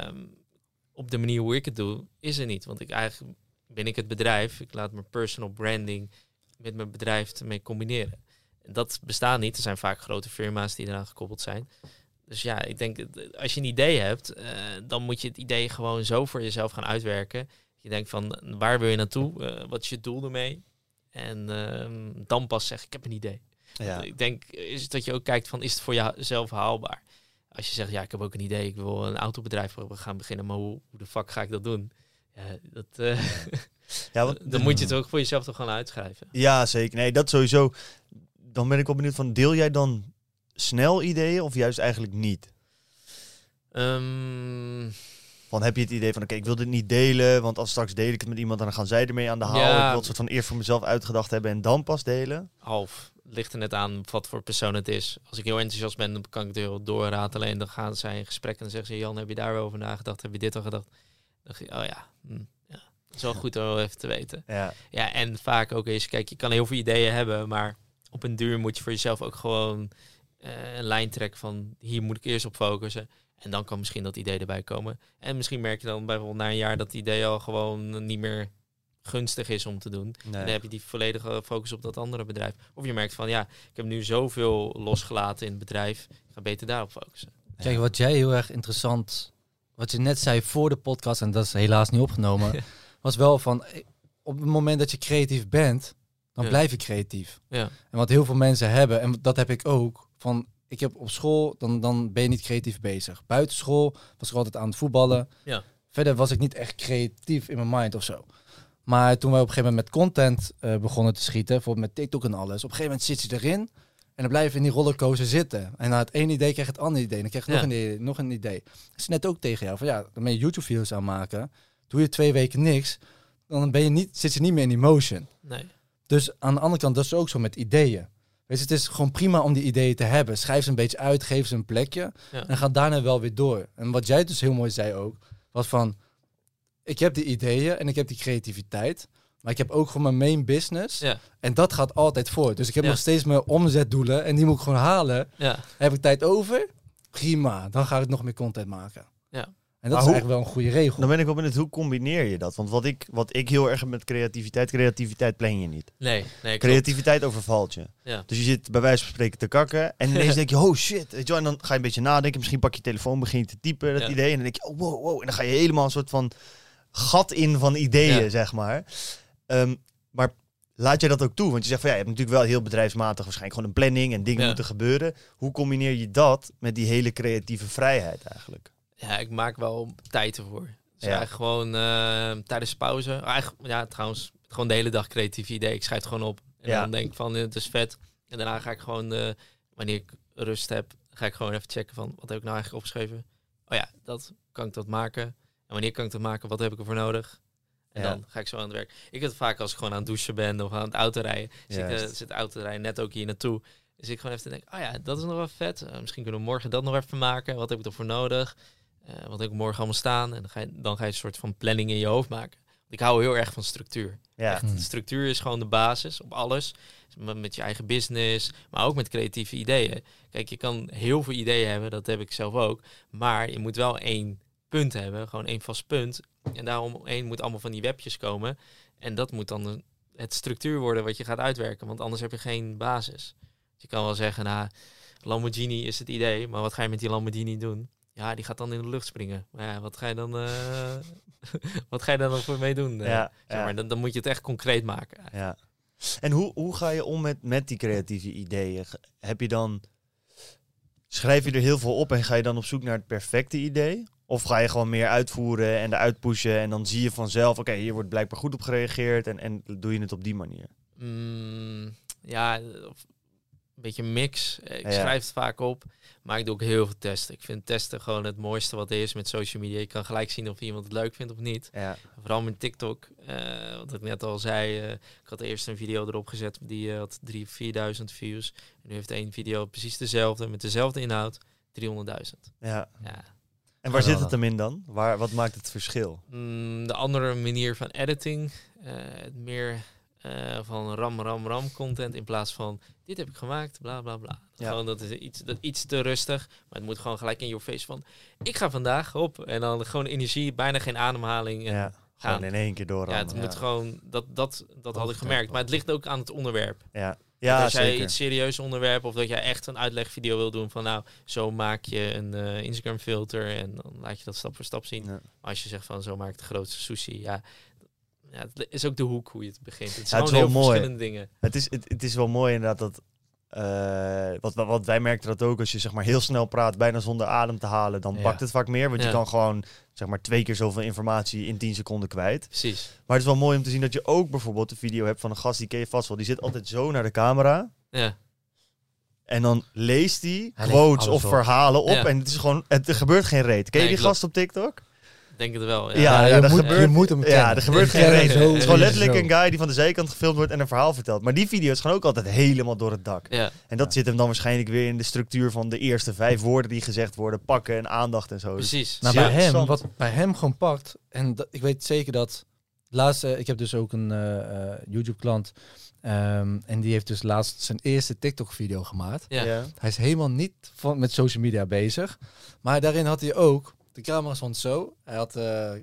op de manier hoe ik het doe, is er niet. Want ben ik het bedrijf. Ik laat mijn personal branding met mijn bedrijf ermee combineren. Dat bestaat niet. Er zijn vaak grote firma's die eraan gekoppeld zijn. Dus ja, ik denk, als je een idee hebt, dan moet je het idee gewoon zo voor jezelf gaan uitwerken. Je denkt van, waar wil je naartoe? Wat is je doel ermee? En dan pas zeg ik heb een idee. Ja. Ik denk, is dat je ook kijkt van, is het voor jezelf haalbaar? Als je zegt, ja, ik heb ook een idee. Ik wil een autobedrijf gaan beginnen, maar hoe de fuck ga ik dat doen? Dan moet je het ook voor jezelf toch gewoon uitschrijven. Ja, zeker. Nee, dat sowieso. Dan ben ik wel benieuwd van, deel jij dan snel ideeën of juist eigenlijk niet? Van heb je het idee van, oké, ik wil dit niet delen, want als straks deel ik het met iemand, dan gaan zij ermee aan de haal. Ja, ik wil het soort van eerst voor mezelf uitgedacht hebben en dan pas delen. Half. Ligt er net aan wat voor persoon het is. Als ik heel enthousiast ben, dan kan ik het heel doorratelen en dan gaan zij in gesprek en dan zeggen ze, Jan, heb je daar wel over nagedacht? Heb je dit al gedacht? Dan dacht ik, oh ja, dat is wel goed om even te weten. Ja, en vaak ook eens, kijk, je kan heel veel ideeën hebben, maar op een duur moet je voor jezelf ook gewoon een lijn trekken van, hier moet ik eerst op focussen. En dan kan misschien dat idee erbij komen. En misschien merk je dan bijvoorbeeld na een jaar dat het idee al gewoon niet meer gunstig is om te doen. Nee. En dan heb je die volledige focus op dat andere bedrijf. Of je merkt van, ja, ik heb nu zoveel losgelaten in het bedrijf, ik ga beter daarop focussen. Kijk, wat jij heel erg interessant wat je net zei voor de podcast, en dat is helaas niet opgenomen, was wel van, op het moment dat je creatief bent, dan blijf je creatief. Ja. En wat heel veel mensen hebben, en dat heb ik ook, van ik heb op school, dan ben je niet creatief bezig. Buiten school was ik altijd aan het voetballen. Ja. Verder was ik niet echt creatief in mijn mind of zo. Maar toen wij op een gegeven moment met content begonnen te schieten, bijvoorbeeld met TikTok en alles, op een gegeven moment zit je erin en dan blijf je in die rollercoaster zitten. En na het ene idee krijg je het andere idee. En dan krijg je nog een idee. Dat is net ook tegen jou. Van ja, dan ben je YouTube-video's aan maken. Doe je 2 weken niks, dan zit je niet meer in die motion. Nee. Dus aan de andere kant, dat is ook zo met ideeën. Weet je, het is gewoon prima om die ideeën te hebben. Schrijf ze een beetje uit, geef ze een plekje. Ja. En ga daarna wel weer door. En wat jij dus heel mooi zei ook, was van, ik heb die ideeën en ik heb die creativiteit. Maar ik heb ook gewoon mijn main business. Ja. En dat gaat altijd voor. Dus ik heb nog steeds mijn omzetdoelen en die moet ik gewoon halen. Ja. Heb ik tijd over? Prima. Dan ga ik nog meer content maken. Ja. En dat is eigenlijk wel een goede regel. Dan ben ik wel benieuwd, hoe combineer je dat? Want wat ik heel erg heb met creativiteit plan je niet. Nee, creativiteit overvalt je. Ja. Dus je zit bij wijze van spreken te kakken en ineens denk je, oh shit. Weet je wel? En dan ga je een beetje nadenken. Misschien pak je telefoon, begin je te typen, dat idee. En dan denk je, oh wow. En dan ga je helemaal een soort van gat in van ideeën, zeg maar. Maar laat jij dat ook toe? Want je zegt van, je hebt natuurlijk wel heel bedrijfsmatig waarschijnlijk gewoon een planning en dingen moeten gebeuren. Hoe combineer je dat met die hele creatieve vrijheid eigenlijk? Ja, ik maak wel tijd ervoor. Dus eigenlijk gewoon tijdens pauze. Eigenlijk, trouwens, gewoon de hele dag creatieve idee. Ik schrijf het gewoon op. En dan denk ik van, het is vet. En daarna ga ik gewoon, wanneer ik rust heb, ga ik gewoon even checken van, wat heb ik nou eigenlijk opgeschreven? Oh ja, kan ik dat maken? En wanneer kan ik dat maken? Wat heb ik ervoor nodig? En dan ga ik zo aan het werk. Ik heb het vaak als ik gewoon aan het douchen ben of aan het autorijden. Dus ik zit autorijden net ook hier naartoe. Dus ik gewoon even denk, dat is nog wel vet. Misschien kunnen we morgen dat nog even maken. Wat heb ik ervoor nodig? Wat heb ik morgen allemaal staan? En dan ga je een soort van planning in je hoofd maken. Ik hou heel erg van structuur. Ja. Echt, structuur is gewoon de basis op alles. Met je eigen business, maar ook met creatieve ideeën. Kijk, je kan heel veel ideeën hebben, dat heb ik zelf ook. Maar je moet wel 1 punt hebben, gewoon 1 vast punt. En daaromheen moet allemaal van die webjes komen. En dat moet dan het structuur worden wat je gaat uitwerken. Want anders heb je geen basis. Dus je kan wel zeggen, Lamborghini is het idee. Maar wat ga je met die Lamborghini doen? Ja, die gaat dan in de lucht springen. Maar ja, wat ga je dan nog voor mee doen? Zeg maar, dan moet je het echt concreet maken. Ja. En hoe ga je om met die creatieve ideeën? Schrijf je er heel veel op en ga je dan op zoek naar het perfecte idee? Of ga je gewoon meer uitvoeren en eruit pushen en dan zie je vanzelf, oké, hier wordt blijkbaar goed op gereageerd en doe je het op die manier? Een beetje een mix. Ik schrijf het vaak op, maar ik doe ook heel veel testen. Ik vind testen gewoon het mooiste wat er is met social media. Je kan gelijk zien of iemand het leuk vindt of niet. Ja. Vooral met TikTok, wat ik net al zei. Ik had eerst een video erop gezet, die had 3.000 of 4.000 views. En nu heeft 1 video precies dezelfde, met dezelfde inhoud, 300.000. Ja. En waar zit het hem in dan? Wat maakt het verschil? De andere manier van editing. Meer van ram content in plaats van dit heb ik gemaakt, bla bla bla. Ja. Gewoon dat is iets te rustig. Maar het moet gewoon gelijk in your face van ik ga vandaag op. En dan gewoon energie, bijna geen ademhaling. En gewoon in 1 keer door. Ja, het moet gewoon, dat had ik gemerkt. Maar het ligt ook aan het onderwerp. Ja, als jij iets serieus onderwerp of dat jij echt een uitlegvideo wil doen van zo maak je een Instagram filter en dan laat je dat stap voor stap zien. Ja. Maar als je zegt van zo maak ik de grootste sushi, het is ook de hoek hoe je het begint. Het is gewoon heel verschillende dingen. Het is wel mooi inderdaad dat wat wij merkten dat ook als je zeg maar heel snel praat, bijna zonder adem te halen, dan pakt het vaak meer. Want je kan gewoon zeg maar 2 keer zoveel informatie in 10 seconden kwijt. Precies. Maar het is wel mooi om te zien dat je ook bijvoorbeeld een video hebt van een gast, die ken je vast wel. Die zit altijd zo naar de camera. Ja. En dan leest hij quotes of verhalen op. En het is gewoon, er gebeurt geen reet. Ken je die gast op TikTok? Denk het wel. Je moet hem kennen. Ja, er gebeurt geen reden. Het is gewoon letterlijk een guy die van de zijkant gefilmd wordt en een verhaal vertelt. Maar die video's gaan ook altijd helemaal door het dak. Ja. En dat zit hem dan waarschijnlijk weer in de structuur van de eerste 5 woorden die gezegd worden. Pakken en aandacht en zo. Precies. Nou, wat bij hem gewoon pakt. En ik weet zeker dat laatste. Ik heb dus ook een YouTube klant. En die heeft dus laatst zijn eerste TikTok video gemaakt. Ja. Hij is helemaal niet met social media bezig. Maar daarin had hij ook. De camera stond zo. Hij had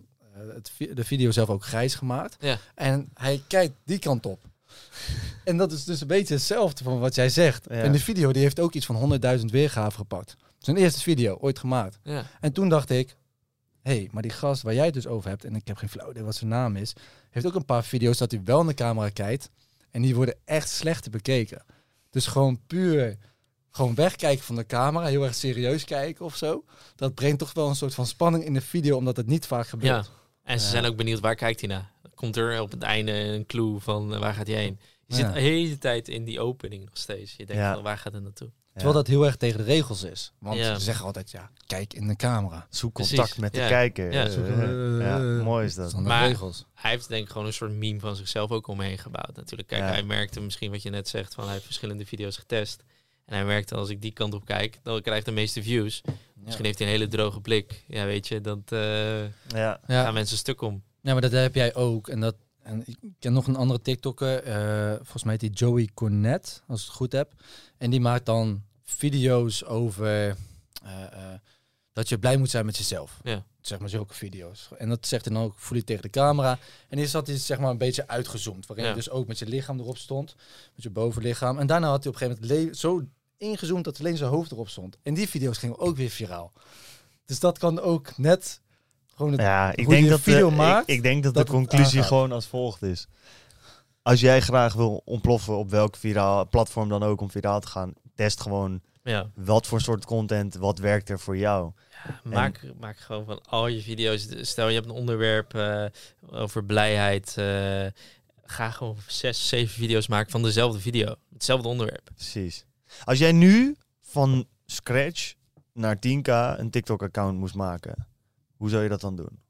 de video zelf ook grijs gemaakt. Ja. En hij kijkt die kant op. En dat is dus een beetje hetzelfde van wat jij zegt. Ja. En de video die heeft ook iets van 100.000 weergaven gepakt. Zijn eerste video ooit gemaakt. Ja. En toen dacht ik, maar die gast waar jij het dus over hebt, en ik heb geen flauw idee wat zijn naam is, heeft ook een paar video's dat hij wel in de camera kijkt. En die worden echt slecht bekeken. Dus gewoon puur wegkijken van de camera, heel erg serieus kijken of zo. Dat brengt toch wel een soort van spanning in de video, omdat het niet vaak gebeurt. Ja. En ze zijn ook benieuwd, waar kijkt hij naar? Komt er op het einde een clue van waar gaat hij heen? Je zit de hele tijd in die opening nog steeds. Je denkt, waar gaat het naartoe? Terwijl dat heel erg tegen de regels is. Want ze zeggen altijd, kijk in de camera. Zoek contact met de kijker. Ja, mooi is dat. Maar regels. Hij heeft denk ik gewoon een soort meme van zichzelf ook omheen gebouwd. Natuurlijk, kijk, hij merkte misschien wat je net zegt, van hij heeft verschillende video's getest. En hij merkte, als ik die kant op kijk, dan krijg ik de meeste views. Misschien heeft hij een hele droge blik. Ja, weet je, dat gaan mensen stuk om. Ja, maar dat heb jij ook. En ik ken nog een andere TikToker, volgens mij heet die Joey Cornet, als ik het goed heb. En die maakt dan video's over dat je blij moet zijn met jezelf. Ja. Zeg maar zulke video's. En dat zegt hij dan ook volledig tegen de camera. En die zat hij zeg maar een beetje uitgezoomd. Waarin je dus ook met je lichaam erop stond. Met je bovenlichaam. En daarna had hij op een gegeven moment zo ingezoomd dat alleen zijn hoofd erop stond. En die video's gingen ook weer viraal. Dus dat kan ook net... Ik denk dat de conclusie gewoon als volgt is. Als jij graag wil ontploffen op welk platform dan ook om viraal te gaan, test gewoon wat voor soort content, wat werkt er voor jou. Ja, maak gewoon van al je video's. Stel je hebt een onderwerp over blijheid. Ga gewoon 6, 7 video's maken van dezelfde video. Hetzelfde onderwerp. Precies. Als jij nu van scratch naar 10k een TikTok-account moest maken, hoe zou je dat dan doen?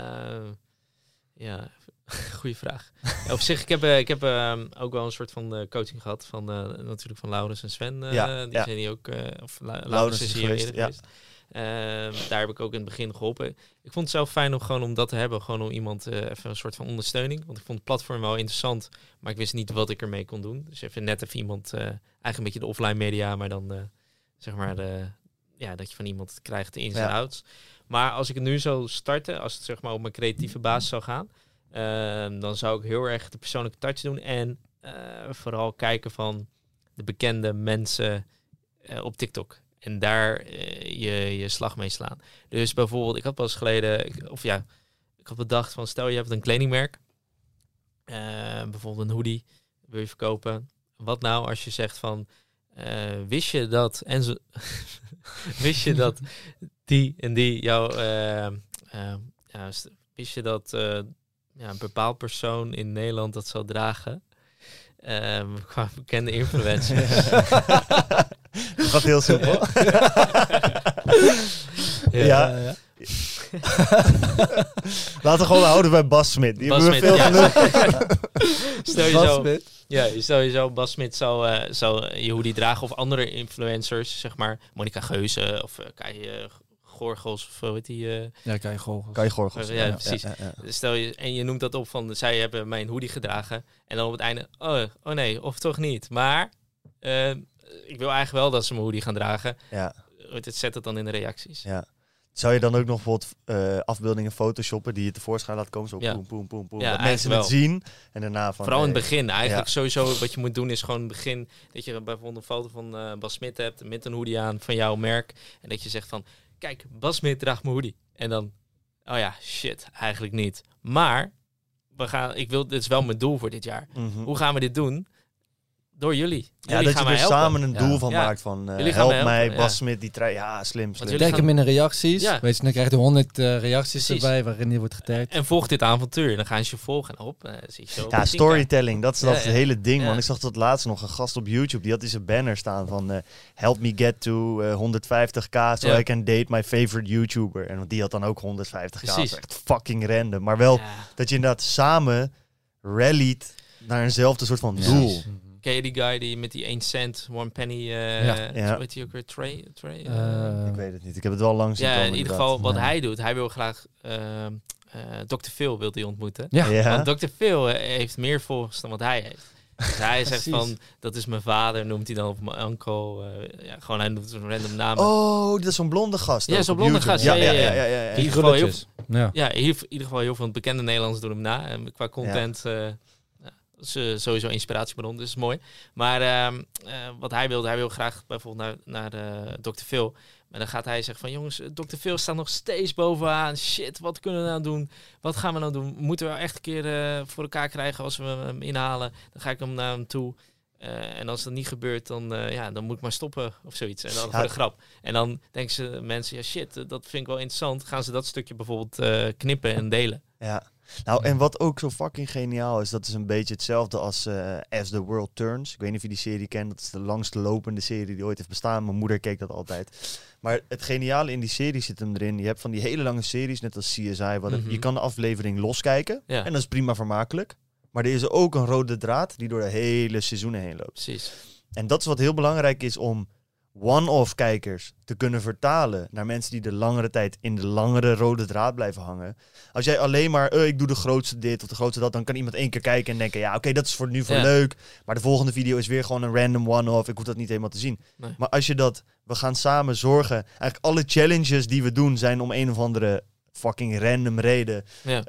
Goeie vraag. Op zich, ik heb ook wel een soort van coaching gehad van natuurlijk van Laurens en Sven. Die zijn hier ook, Laurens is hier eerder geweest. Daar heb ik ook in het begin geholpen. Ik vond het zelf fijn om dat te hebben. Gewoon om iemand even een soort van ondersteuning. Want ik vond het platform wel interessant, maar ik wist niet wat ik ermee kon doen. Dus even iemand, eigenlijk een beetje de offline media, maar dan dat je van iemand krijgt de ins en outs. Maar als ik het nu zou starten, als het zeg maar op mijn creatieve basis zou gaan, dan zou ik heel erg de persoonlijke touch doen en vooral kijken van de bekende mensen op TikTok. En daar je slag mee slaan. Dus bijvoorbeeld, ik had pas geleden, ik had bedacht van, stel je hebt een kledingmerk, bijvoorbeeld een hoodie, wil je verkopen. Wat nou als je zegt van, wist je dat wist je dat die en die jou wist je dat een bepaald persoon in Nederland dat zou dragen? Qua bekende influencers. Dat gaat heel simpel. Ja. Laten we gewoon houden bij Bas Smit. Die hebben we veel Stel je zo Bas Smit zou je hoodie dragen of andere influencers, zeg maar Monica Geuze of Kai Gorgels of weet die? Kai Gorgels. Kai Gorgels. Ja, precies. Ja. Stel je en je noemt dat op van zij hebben mijn hoodie gedragen en dan op het einde oh nee, of toch niet. Maar ik wil eigenlijk wel dat ze mijn hoodie gaan dragen. Ja. Zet het dan in de reacties. Ja. Zou je dan ook nog bijvoorbeeld afbeeldingen photoshoppen die je tevoorschijn laat komen? Zo poem. Dat mensen het zien en daarna van... Vooral in het begin. Eigenlijk sowieso wat je moet doen is gewoon in het begin dat je bijvoorbeeld een foto van Bas Smit hebt met een hoodie aan van jouw merk. En dat je zegt van, kijk, Bas Smit draagt mijn hoodie. En dan, oh ja, shit, eigenlijk niet. Maar, dit is wel mijn doel voor dit jaar. Mm-hmm. Hoe gaan we dit doen? Door jullie. Ja, dat je er samen een doel van maakt van help mij, Bas Smit, die slim. Kijk hem in de reacties. Ja. Weet je, dan krijg je 100 reacties erbij waarin die wordt getagd. En volg dit avontuur. Dan gaan ze je volgen. En op, zie je zo. Ja, storytelling. Dat is het hele ding, man. Ik zag tot laatst nog een gast op YouTube. Die had in zijn banner staan van help me get to 150k so I can date my favorite YouTuber. En die had dan ook 150k. Echt fucking random. Maar wel dat je inderdaad samen rallied naar eenzelfde soort van doel. Ken je die guy die met die 1 cent, 1 penny, zo heet hij ook weer, Trey? Ik weet het niet, ik heb het wel lang zien komen. In ieder geval, wat hij doet, hij wil graag Dr. Phil wil hij ontmoeten. Want Dr. Phil heeft meer volgers dan wat hij heeft. Dus hij zegt van, dat is mijn vader, noemt hij dan, of mijn uncle. Gewoon, hij noemt een random naam. Oh, dat is zo'n blonde gast. Ja, zo'n blonde gast. Ja. In ieder geval heel veel bekende Nederlanders doen hem na. En qua content... Dat is sowieso inspiratiebron, dus is mooi. Maar wat hij wil graag bijvoorbeeld naar Dr. Phil. Maar dan gaat hij zeggen van jongens, Dr. Phil staat nog steeds bovenaan. Shit, wat kunnen we nou doen? Wat gaan we nou doen? Moeten we echt een keer voor elkaar krijgen als we hem inhalen? Dan ga ik hem naar hem toe. En als dat niet gebeurt, dan moet ik maar stoppen of zoiets. En dan voor de grap. En dan denken ze mensen, ja shit, dat vind ik wel interessant. Gaan ze dat stukje bijvoorbeeld knippen en delen. Ja. Nou, en wat ook zo fucking geniaal is, dat is een beetje hetzelfde als As the World Turns. Ik weet niet of je die serie kent, dat is de langst lopende serie die ooit heeft bestaan. Mijn moeder keek dat altijd. Maar het geniale in die serie zit hem erin. Je hebt van die hele lange series, net als CSI. Je kan de aflevering loskijken en dat is prima vermakelijk. Maar er is ook een rode draad die door de hele seizoenen heen loopt. Precies. En dat is wat heel belangrijk is om one-off kijkers te kunnen vertalen naar mensen die de langere tijd in de langere rode draad blijven hangen. Als jij alleen maar, ik doe de grootste dit of de grootste dat, dan kan iemand 1 keer kijken en denken, ja oké, dat is voor nu voor leuk. Maar de volgende video is weer gewoon een random one-off. Ik hoef dat niet helemaal te zien. Nee. Maar als je we gaan samen zorgen. Eigenlijk alle challenges die we doen zijn om een of andere fucking random reden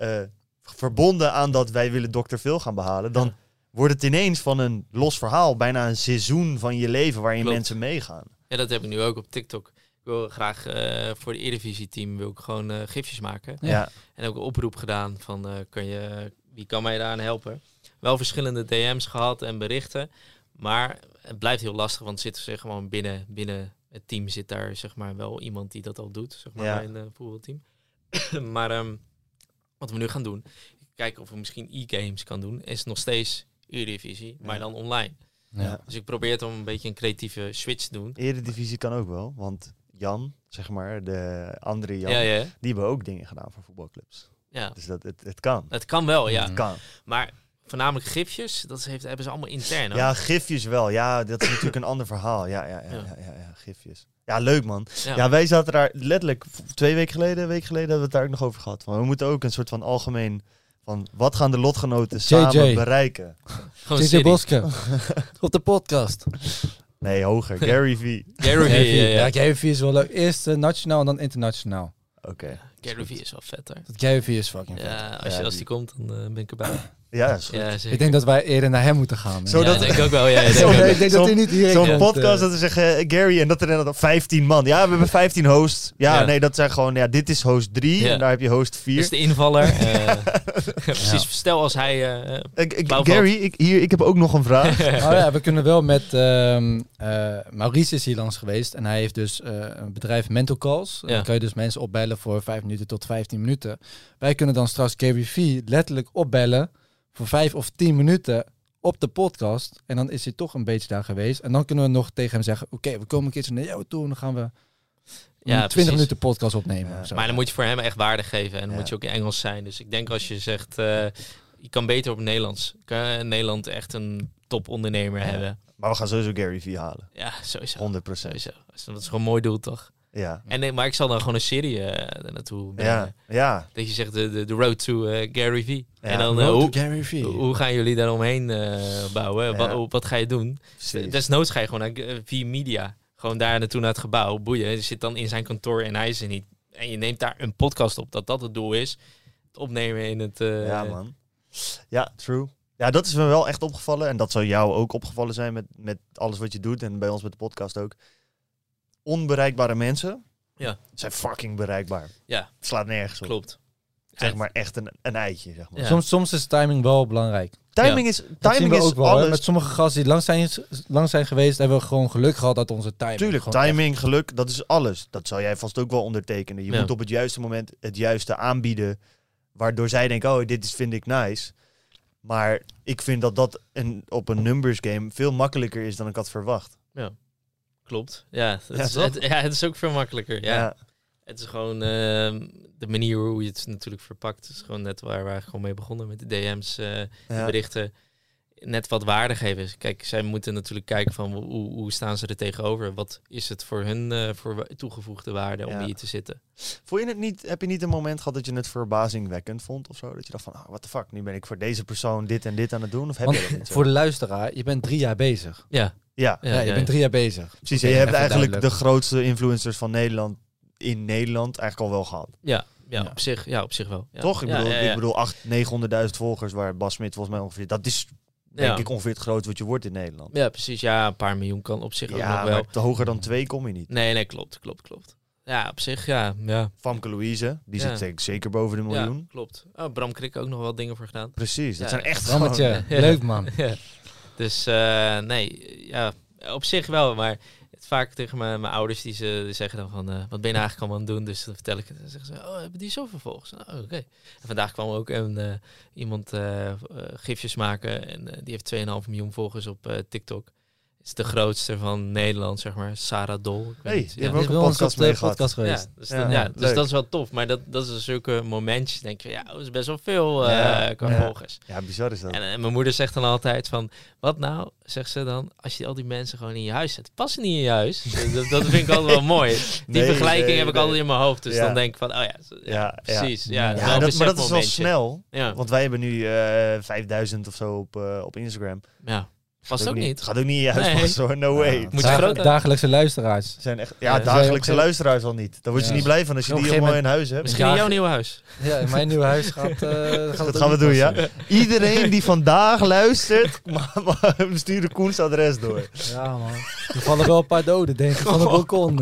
verbonden aan dat wij willen Dr. Phil gaan behalen. Dan wordt het ineens van een los verhaal bijna een seizoen van je leven waarin mensen meegaan. Ja, dat heb ik nu ook op TikTok. Ik wil graag voor de Eredivisie-team wil ik gewoon gifjes maken. Ja. En ook een oproep gedaan van wie kan mij daaraan helpen? Wel verschillende DM's gehad en berichten. Maar het blijft heel lastig, want zit zeg gewoon binnen het team zit daar zeg maar wel iemand die dat al doet, zeg maar bij een voetbalteam. Maar wat we nu gaan doen, kijken of we misschien e-games kan doen, is nog steeds Eredivisie, maar dan online. Ja. Dus ik probeer het om een beetje een creatieve switch te doen. Eredivisie kan ook wel, want Jan, zeg maar, de andere Jan, die hebben ook dingen gedaan voor voetbalclubs. Ja. Dus het kan. Het kan wel, ja. Het kan. Maar voornamelijk gifjes, hebben ze allemaal intern. Ja, gifjes wel. Ja, dat is natuurlijk een ander verhaal. Ja, gifjes. Ja, leuk man. Ja, wij zaten daar letterlijk een week geleden hebben we het daar ook nog over gehad. We moeten ook een soort van algemeen van wat gaan de lotgenoten samen bereiken. JJ Boske op de podcast. Nee, hoger. Gary V. Gary V, ja. Gary V is wel leuk. Eerst nationaal en dan internationaal. Oké. Gary V is wel vet, hoor. Gary V is fucking vet. Ja, als die komt, dan ben ik erbij. Ja, is goed. Ik denk dat wij eerder naar hem moeten gaan. Zodat denk ik ook wel. Ja, ik denk dat hij niet hier zo'n podcast dat we zeggen Gary en dat er dan 15 man. Ja, we hebben 15 hosts. Ja, nee, dat zijn gewoon, dit is host 3 en daar heb je host 4. Dat is de invaller. Precies, stel als hij Gary, ik heb ook nog een vraag. We kunnen wel met Maurice is hier langs geweest en hij heeft dus een bedrijf Mental Calls. Dan kan je dus mensen opbellen voor 5 minuten tot 15 minuten. Wij kunnen dan straks Gary V letterlijk opbellen voor 5 of 10 minuten op de podcast. En dan is hij toch een beetje daar geweest. En dan kunnen we nog tegen hem zeggen, oké, we komen een keertje naar jou toe en dan gaan we 20 minuten podcast opnemen. Ja. Maar dan moet je voor hem echt waarde geven. En dan moet je ook in Engels zijn. Dus ik denk als je zegt, je kan beter op Nederlands. Kan in Nederland echt een topondernemer hebben. Maar we gaan sowieso Gary V halen. Ja, sowieso. 100%. Sowieso. Dat is gewoon een mooi doel, toch? Ja. Maar ik zal dan gewoon een serie naartoe brengen. Ja. Dat je zegt de road to Gary V. Ja. En dan hoe gaan jullie daar omheen bouwen? Ja. Wat ga je doen? Desnoods ga je gewoon naar V Media. Gewoon daar naartoe naar het gebouw. Boeien. Je zit dan in zijn kantoor en hij is er niet. En je neemt daar een podcast op. Dat het doel is. Het opnemen in het... Ja, man. Ja, true. Ja, dat is me wel echt opgevallen. En dat zou jou ook opgevallen zijn met alles wat je doet. En bij ons met de podcast ook. Onbereikbare mensen zijn fucking bereikbaar. Ja. Slaat nergens op. Klopt. Zeg maar echt een eitje. Zeg maar. Ja. Soms is timing wel belangrijk. Timing is ook wel, alles. Met sommige gasten die lang zijn geweest, hebben we gewoon geluk gehad dat onze timing. Tuurlijk, timing, geluk, dat is alles. Dat zou jij vast ook wel ondertekenen. Je moet op het juiste moment het juiste aanbieden, waardoor zij denken, dit vind ik nice. Maar ik vind dat op een numbers game veel makkelijker is dan ik had verwacht. Ja. Klopt. Ja, het is ook veel makkelijker. Ja. Het is gewoon de manier hoe je het natuurlijk verpakt. Het is gewoon net waar we gewoon mee begonnen met de DM's, de berichten. Net wat waarde geven. Kijk, zij moeten natuurlijk kijken van hoe staan ze er tegenover. Wat is het voor hun voor toegevoegde waarde om hier te zitten. Vond je het niet? Heb je niet een moment gehad dat je het verbazingwekkend vond of zo? Dat je dacht van, what the fuck, nu ben ik voor deze persoon dit en dit aan het doen? Of heb je dat niet zo? Voor de luisteraar, je bent 3 jaar bezig. Ja, je bent 3 jaar bezig. Precies, je hebt eigenlijk de grootste influencers van Nederland in Nederland eigenlijk al wel gehad. Ja. Op zich wel. Ja. Toch? Ik bedoel 900.000 volgers waar Bas Smit volgens mij ongeveer. Dat is denk ik ongeveer het grootste wat je wordt in Nederland. Ja, precies. Ja, een paar miljoen kan op zich ook nog wel. Maar te hoger dan 2 kom je niet. Nee, klopt. Ja, op zich, ja. Famke Louise, die zit zeker boven de miljoen. Ja, klopt. Oh, Bram Krik ook nog wel dingen voor gedaan. Precies, dat zijn echt Brammetje, leuk man. Ja. Dus op zich wel, maar vaak tegen mijn ouders die zeggen dan van, wat ben je nou eigenlijk allemaal aan het doen? Dus dan vertel ik het en zeggen ze, hebben die zoveel volgers? Oh, oké. En vandaag kwam ook iemand gifjes maken en die heeft 2,5 miljoen volgers op TikTok. Is de grootste van Nederland, zeg maar. Sarah Dol. Die hebben ook een podcast mee gehad. Geweest. Dus dat is wel tof. Maar dat is zulke momentjes. Denk je, dat is best wel veel qua volgers. Ja, bizar is dat. En mijn moeder zegt dan altijd van, wat nou, zegt ze dan, als je al die mensen gewoon in je huis zet. Die passen niet in je huis. dat vind ik altijd wel mooi. Die vergelijking heb ik altijd in mijn hoofd. Dus dan denk ik van, precies. Maar dat is wel snel. Ja. Want wij hebben nu 5000 of zo op Instagram. Ja. Vast ook niet. Gaat ook niet in je huis passen hoor, no way. Moet je dagelijkse luisteraars. Zijn echt, dagelijkse luisteraars al niet. Daar word je niet blij van als je die allemaal in huis hebt. Misschien in jouw nieuwe huis. Ja, in mijn nieuwe huis gaat dat gaan we doen, ja. Iedereen die vandaag luistert, stuur de Koens adres door. Ja man, er vallen wel een paar doden, denk ik, van de balkon.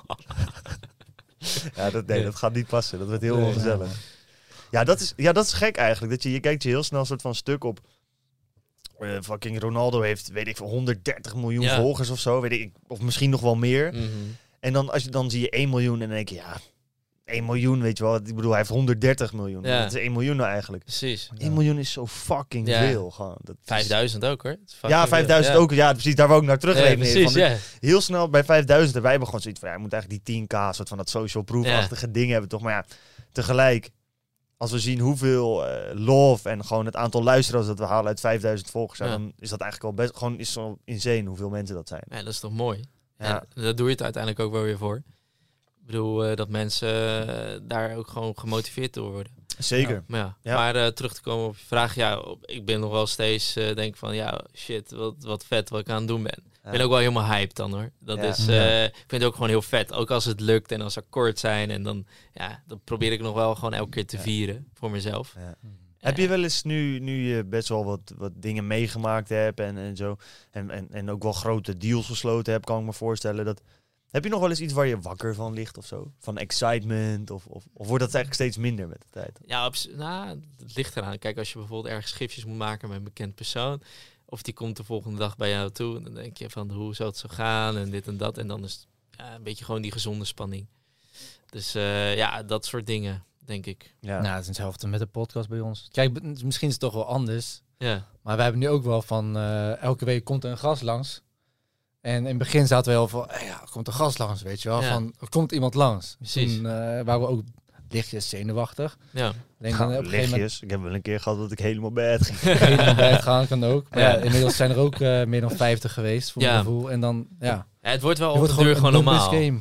Dat gaat niet passen. Dat wordt heel ongezellig. Ja, dat is gek eigenlijk. Dat je kijkt je heel snel een soort van stuk op. Fucking Ronaldo heeft, weet ik veel, 130 miljoen volgers of zo. Weet ik, of misschien nog wel meer. Mm-hmm. En dan zie je 1 miljoen en dan denk je, 1 miljoen, weet je wel. Ik bedoel, hij heeft 130 miljoen. Ja. Dat is 1 miljoen nou eigenlijk. Precies. 1 miljoen is zo fucking veel. Gewoon. 5000 ook hoor. 5000 ook. Ja, precies. Daar wou ik naar terugrekenen. Ja, heel snel bij 5000. Wij hebben gewoon zoiets van, je moet eigenlijk die 10k, soort van dat social proof-achtige dingen hebben toch. Maar tegelijk, als we zien hoeveel love en gewoon het aantal luisteraars dat we halen uit 5000 volgers, dan is dat eigenlijk al best gewoon is zo insane hoeveel mensen dat zijn. Ja, dat is toch mooi. Ja. En daar doe je het uiteindelijk ook wel weer voor. Ik bedoel, dat mensen daar ook gewoon gemotiveerd door worden. Zeker. Maar terug te komen op je vraag, ik ben nog wel steeds denk van, shit, wat vet wat ik aan het doen ben. Ik ben ook wel helemaal hyped dan hoor. Ik vind het ook gewoon heel vet. Ook als het lukt en als akkoord zijn. En dan probeer ik nog wel gewoon elke keer te vieren voor mezelf. Ja. Heb je wel eens nu je best wel wat dingen meegemaakt hebt en zo. En ook wel grote deals gesloten hebt, kan ik me voorstellen. Heb je nog wel eens iets waar je wakker van ligt of zo? Van excitement? Of wordt dat eigenlijk steeds minder met de tijd? Ja, het ligt eraan. Kijk, als je bijvoorbeeld ergens schriftjes moet maken met een bekend persoon. Of die komt de volgende dag bij jou toe. En dan denk je van, hoe zou het zo gaan? En dit en dat. En dan is het een beetje gewoon die gezonde spanning. Dus dat soort dingen, denk ik. Ja, het is hetzelfde met de podcast bij ons. Kijk, misschien is het toch wel anders. Ja. Maar wij hebben nu ook wel van, elke week komt er een gast langs. En in het begin zaten we wel van, er komt een gast langs, weet je wel. Van, er komt iemand langs. Precies. Toen waren we ook lichtjes zenuwachtig. Ja. Lichtjes. Ik heb wel een keer gehad dat ik helemaal bed ging. Helemaal bed gaan kan ook. Maar inmiddels zijn er ook meer dan 50 geweest, voor mijn gevoel. En dan, het wordt wel op de deur gewoon normaal. Game.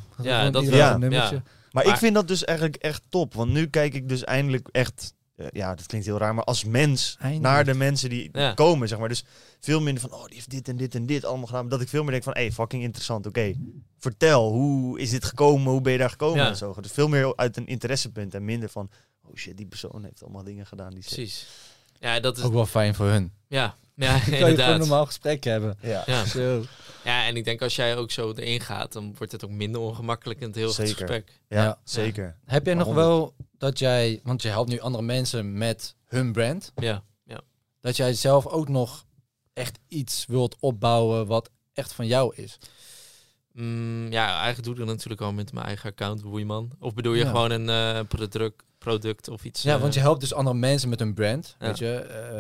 Maar ik vind dat dus eigenlijk echt top. Want nu kijk ik dus eindelijk echt, dat klinkt heel raar, maar als mens naar de mensen die komen, zeg maar. Dus veel minder van, die heeft dit en dit en dit allemaal gedaan. Dat ik veel meer denk van, fucking interessant. Oké, vertel, hoe is dit gekomen? Hoe ben je daar gekomen? En zo. Dus veel meer uit een interessepunt en minder van, oh shit, die persoon heeft allemaal dingen gedaan. Die precies. Ja, dat is ook wel fijn voor hun. Ja, inderdaad. Kan je gewoon een normaal gesprek hebben. Ja. Zo. Ja, en ik denk als jij ook zo erin gaat, dan wordt het ook minder ongemakkelijk in het heel goed gesprek. Ja, zeker. Heb jij nog wel dat jij, want je helpt nu andere mensen met hun brand. Ja. Dat jij zelf ook nog echt iets wilt opbouwen wat echt van jou is. Eigenlijk doe ik dat natuurlijk al met mijn eigen account, Woeiman. Of bedoel je gewoon een product of iets? Ja, want je helpt dus andere mensen met hun brand, weet je.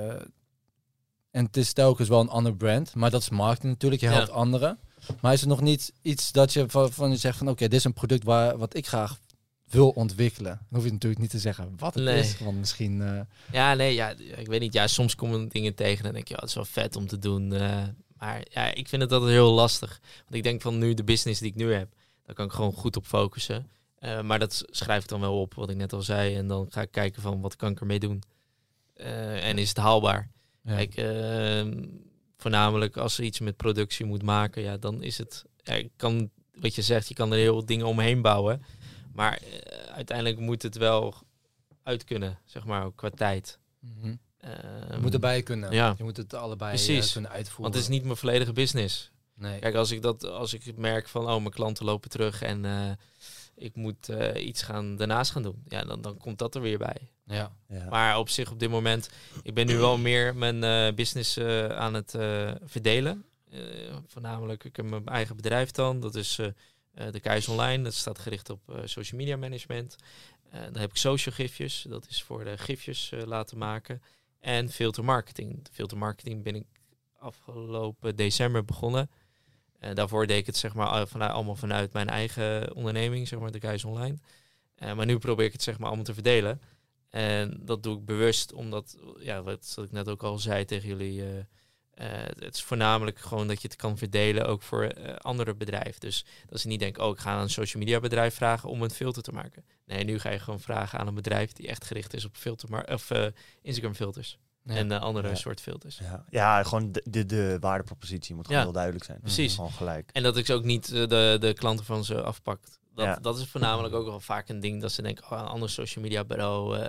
En het is telkens wel een ander brand, maar dat is marketing natuurlijk. Je helpt anderen. Maar is er nog niet iets dat je van je zegt van oké, dit is een product wat ik graag wil ontwikkelen? Dan hoef je natuurlijk niet te zeggen wat het is, want misschien... ik weet niet. Ja, soms komen dingen tegen en denk je, het is wel vet om te doen. Maar ik vind het altijd heel lastig. Want ik denk van nu de business die ik nu heb, daar kan ik gewoon goed op focussen. Maar dat schrijf ik dan wel op, wat ik net al zei. En dan ga ik kijken van wat kan ik ermee doen. En is het haalbaar? Ja. Kijk, voornamelijk als er iets met productie moet maken, dan is het... ik kan, wat je zegt, je kan er heel veel dingen omheen bouwen. Maar uiteindelijk moet het wel uit kunnen, zeg maar, ook qua tijd. Mm-hmm. Je moet erbij kunnen. Ja. Je moet het allebei kunnen uitvoeren. Want het is niet mijn volledige business. Nee. Kijk, als ik merk van, mijn klanten lopen terug en ik moet iets daarnaast gaan doen. Ja, dan komt dat er weer bij. Ja. Maar op zich op dit moment, ik ben nu wel meer mijn business aan het verdelen. Voornamelijk, ik heb mijn eigen bedrijf dan. Dat is de Keis Online. Dat staat gericht op social media management. Dan heb ik social gifjes. Dat is voor de gifjes laten maken. En filter marketing. Filter marketing ben ik afgelopen december begonnen. Daarvoor deed ik het zeg maar allemaal vanuit mijn eigen onderneming, zeg maar de Keis Online. Maar nu probeer ik het zeg maar allemaal te verdelen. En dat doe ik bewust, omdat, wat ik net ook al zei tegen jullie, het is voornamelijk gewoon dat je het kan verdelen, ook voor andere bedrijven. Dus dat ze niet denken, ik ga aan een social media bedrijf vragen om een filter te maken. Nee, nu ga je gewoon vragen aan een bedrijf die echt gericht is op Instagram filters. Ja. En andere soort filters. Ja, gewoon de waardepropositie moet gewoon heel duidelijk zijn. Precies. Gewoon gelijk. En dat ik ze ook niet de klanten van ze afpakt. Dat is voornamelijk ook wel vaak een ding dat ze denken, een ander social media bureau,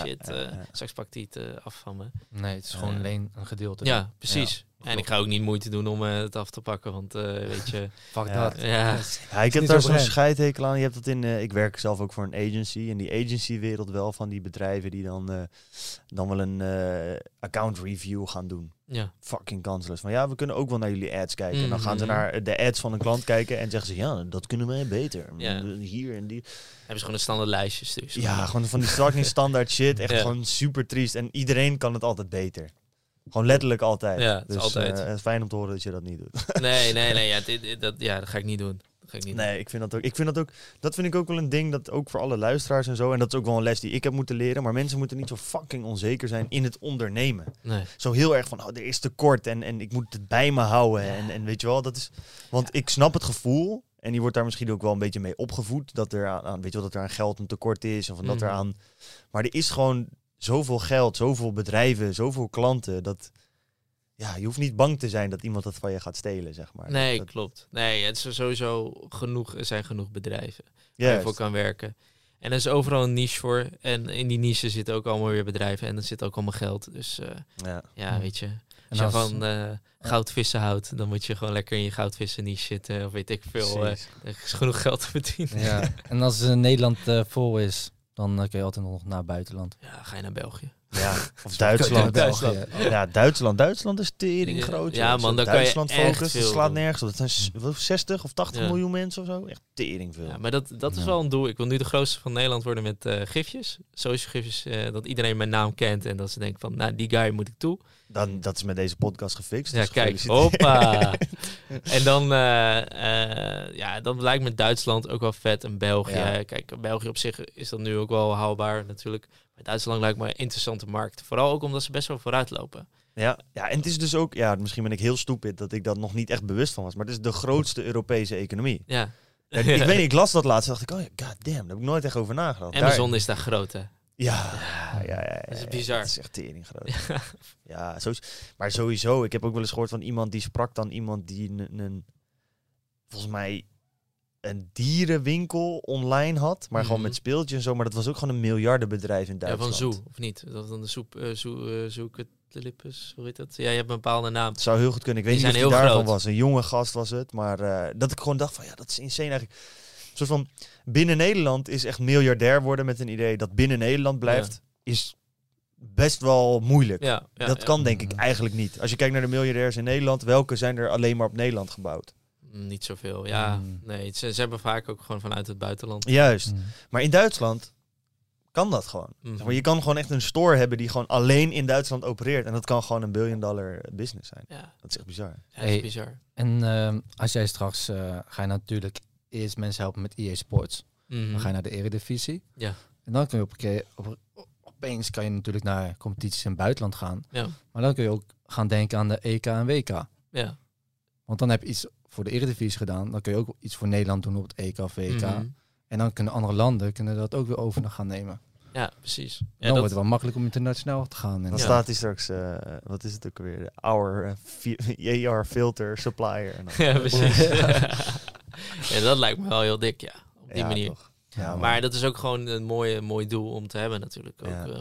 straks pakt hij het af van me. Nee, het is gewoon alleen een gedeelte. Ja, precies. Ja. En ik ga ook niet moeite doen om het af te pakken, want weet je... Fuck dat. Ja, ik heb daar zo'n scheidhekel aan. Je hebt dat ik werk zelf ook voor een agency. In die agency-wereld wel van die bedrijven die dan wel een account review gaan doen. Ja. Fucking kansloos. Van we kunnen ook wel naar jullie ads kijken. En dan gaan ze naar de ads van een klant kijken en zeggen ze, dat kunnen wij beter. Ja. Hier en die. Hebben ze gewoon een standaard lijstje. Dus gewoon van die fucking standaard shit. Echt gewoon super triest. En iedereen kan het altijd beter. Gewoon letterlijk altijd. Ja, het is altijd. Het is fijn om te horen dat je dat niet doet. Nee. Dat ga ik niet doen. Nee, ik vind dat ook. Dat vind ik ook wel een ding dat ook voor alle luisteraars en zo. En dat is ook wel een les die ik heb moeten leren. Maar mensen moeten niet zo fucking onzeker zijn in het ondernemen. Nee. Zo heel erg van, er is tekort en ik moet het bij me houden. En weet je wel, dat is. Want ik snap het gevoel. En die wordt daar misschien ook wel een beetje mee opgevoed. Dat er aan weet je wel, dat er aan geld een tekort is. Of dat er aan. Maar er is gewoon zoveel geld, zoveel bedrijven, zoveel klanten. Dat. Ja, je hoeft niet bang te zijn dat iemand dat van je gaat stelen, zeg maar. Nee, klopt. Nee, het is sowieso genoeg bedrijven waar je voor kan werken. En er is overal een niche voor. En in die niche zitten ook allemaal weer bedrijven. En er zit ook allemaal geld. Dus weet je. Als je van goudvissen houdt, dan moet je gewoon lekker in je goudvissen niche zitten. Of weet ik veel. Er is genoeg geld te verdienen. Ja. En als Nederland vol is, dan kun je altijd nog naar buitenland. Ja, ga je naar België. Ja, of Duitsland. Ja, Duitsland is tering groot. Ja, man, dan Duitsland kan je focus, dat slaat nergens op. Dat zijn 60 of 80 miljoen mensen of zo. Echt tering veel. Ja, maar dat is wel een doel. Ik wil nu de grootste van Nederland worden met gifjes. Social gifjes, dat iedereen mijn naam kent. En dat ze denken van, die guy moet ik toe. Dat is met deze podcast gefixt. Ja, dus kijk, hoppa. En dan lijkt me Duitsland ook wel vet. En België. Ja. Kijk, België op zich is dat nu ook wel haalbaar natuurlijk. Maar Duitsland lijkt me een interessante markt. Vooral ook omdat ze best wel vooruit lopen. Ja, en het is dus ook, misschien ben ik heel stupid dat ik dat nog niet echt bewust van was. Maar het is de grootste Europese economie. Ja. Ik las dat laatst en dacht ik, god damn, daar heb ik nooit echt over nagedacht. Amazon is daar groot, hè? Ja. Dat is bizar. Dat is echt tering groot. Maar sowieso, ik heb ook wel eens gehoord van iemand die sprak dan iemand die volgens mij een dierenwinkel online had, maar gewoon met speeltjes en zo. Maar dat was ook gewoon een miljardenbedrijf in Duitsland. Ja, van Zoo, of niet? Dat dan de Zoeketlippes, hoe heet dat? Ja, je hebt een bepaalde naam. Het zou heel goed kunnen. Ik weet niet of die daarvan was. Een jonge gast was het. Maar dat ik gewoon dacht van, dat is insane eigenlijk. Een soort van, binnen Nederland is echt miljardair worden met een idee dat binnen Nederland blijft, is best wel moeilijk. Dat kan denk ik eigenlijk niet. Als je kijkt naar de miljardairs in Nederland, welke zijn er alleen maar op Nederland gebouwd? Niet zoveel, nee. Ze hebben vaak ook gewoon vanuit het buitenland. Juist. Maar in Duitsland kan dat gewoon. Zeg maar, je kan gewoon echt een store hebben die gewoon alleen in Duitsland opereert. En dat kan gewoon $1 billion business zijn. Ja. Dat is echt bizar. Ja, dat is bizar. En als jij straks ga je natuurlijk eerst mensen helpen met EA Sports. Dan ga je naar de Eredivisie. Ja. En dan kun je opeens kan je natuurlijk naar competities in het buitenland gaan. Ja. Maar dan kun je ook gaan denken aan de EK en WK. Ja. Want dan heb je iets voor de Eredivisie gedaan. Dan kun je ook iets voor Nederland doen op het EK of WK. En dan kunnen andere landen dat ook weer over gaan nemen. Ja, precies. Dan wordt het wel makkelijk om internationaal te gaan. Dan staat hij straks, wat is het ook weer? Our AR filter supplier. En dan ja, precies. Ja, dat lijkt me wel heel dik, op die manier. Toch. Ja, maar dat is ook gewoon een mooi doel om te hebben natuurlijk. Ook,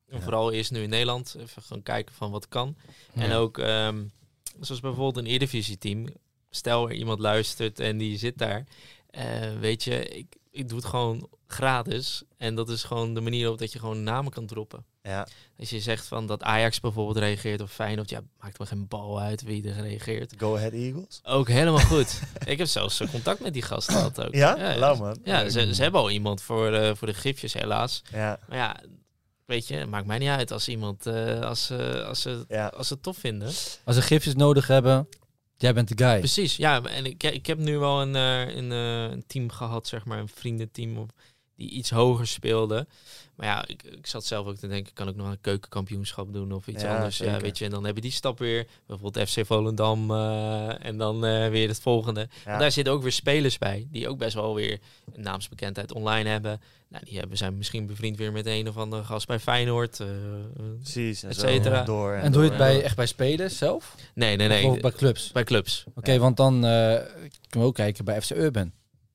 En vooral eerst nu in Nederland. Even gaan kijken van wat kan. Ja. En ook, zoals bijvoorbeeld een Eredivisie-team. Stel er iemand luistert en die zit daar. Weet je, ik doe het gewoon gratis. En dat is gewoon de manier op dat je gewoon namen kan droppen. Ja. Als je zegt van dat Ajax bijvoorbeeld reageert of Feyenoord, ja, maakt me geen bal uit wie er reageert. Go Ahead Eagles? Ook helemaal goed. Ik heb zelfs contact met die gasten gehad ook. Ja? Lauw, man. Ja, ze hebben al iemand voor de gifjes helaas. Ja. Maar ja, weet je, het maakt mij niet uit als iemand, als ze het tof vinden. Als ze gifjes nodig hebben, jij bent de guy. Precies, ja. En ik heb nu wel een team gehad, zeg maar, een vriendenteam die iets hoger speelde. Maar ja, ik zat zelf ook te denken, kan ik nog een keukenkampioenschap doen of iets anders? Zeker. Ja, weet je, en dan hebben die stap weer, bijvoorbeeld FC Volendam en dan weer het volgende. Ja. Daar zitten ook weer spelers bij, die ook best wel weer een naamsbekendheid online hebben. Nou, die zijn misschien bevriend weer met een of andere gast bij Feyenoord, precies, et cetera. En doe je het echt bij spelers zelf? Nee. Bijvoorbeeld bij clubs? Bij clubs. Oké, want dan kunnen we ook kijken bij FC Urban.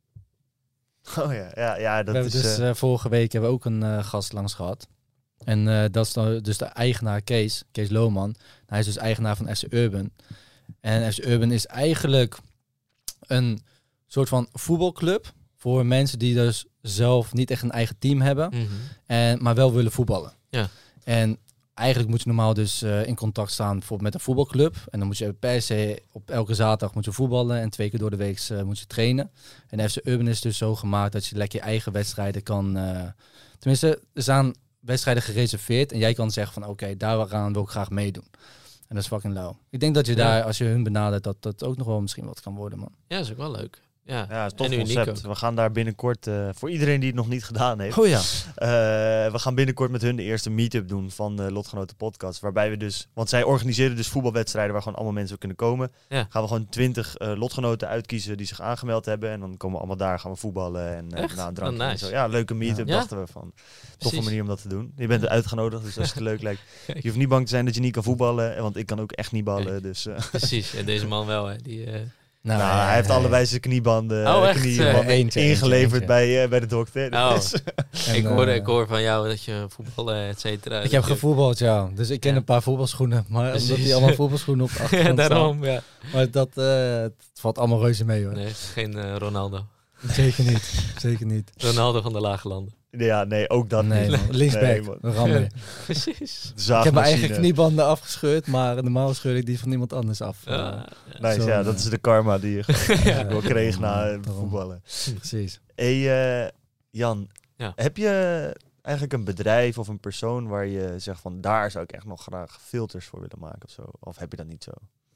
Oh ja, dat is... Dus vorige week hebben we ook een gast langs gehad. En dat is dus de eigenaar Kees Lohman. Hij is dus eigenaar van FC Urban. En FC Urban is eigenlijk een soort van voetbalclub voor mensen die dus zelf niet echt een eigen team hebben, maar wel willen voetballen. Ja. En eigenlijk moet je normaal dus in contact staan bijvoorbeeld met een voetbalclub. En dan moet je per se op elke zaterdag moet je voetballen en 2 keer door de week moet je trainen. En FC Urban is dus zo gemaakt dat je lekker je eigen wedstrijden kan... tenminste, er zijn wedstrijden gereserveerd en jij kan zeggen van oké, daar wil ik graag meedoen. En dat is fucking lauw. Ik denk dat je daar, als je hun benadert, dat ook nog wel misschien wat kan worden, man. Ja, dat is ook wel leuk. Ja, tof concept. We gaan daar binnenkort, voor iedereen die het nog niet gedaan heeft. Oh ja. We gaan binnenkort met hun de eerste meet-up doen van de Lotgenoten podcast. Waarbij we dus, want zij organiseren dus voetbalwedstrijden waar gewoon allemaal mensen kunnen komen. Ja. Gaan we gewoon 20 lotgenoten uitkiezen die zich aangemeld hebben. En dan komen we allemaal daar, gaan we voetballen en na een drankje en zo. Ja, leuke meet-up dachten we van. Toffe manier om dat te doen. Je bent uitgenodigd, dus als het leuk lijkt. Je hoeft niet bang te zijn dat je niet kan voetballen. Want ik kan ook echt niet ballen. Dus, precies, en deze man wel, hè. Hij heeft allebei zijn kniebanden ingeleverd bij de dokter. Dus. Ik hoor van jou dat je voetballen, et cetera. Ik heb gevoetbald, ja. Dus ik ken een paar voetbalschoenen. Maar omdat die allemaal voetbalschoenen op de achtergrond daarom, staan. Ja. Maar het valt allemaal reuze mee, hoor. Nee, geen Ronaldo. Zeker niet. Ronaldo van de Lage Landen. Ja, nee, ook dat niet. Linksback, nee, precies. Ik heb mijn eigen kniebanden afgescheurd, maar normaal scheurde ik die van iemand anders af. Nice, dat is de karma die je kreeg na voetballen. Precies. Hey, Jan, heb je eigenlijk een bedrijf of een persoon waar je zegt van daar zou ik echt nog graag filters voor willen maken of zo? Of heb je dat niet zo?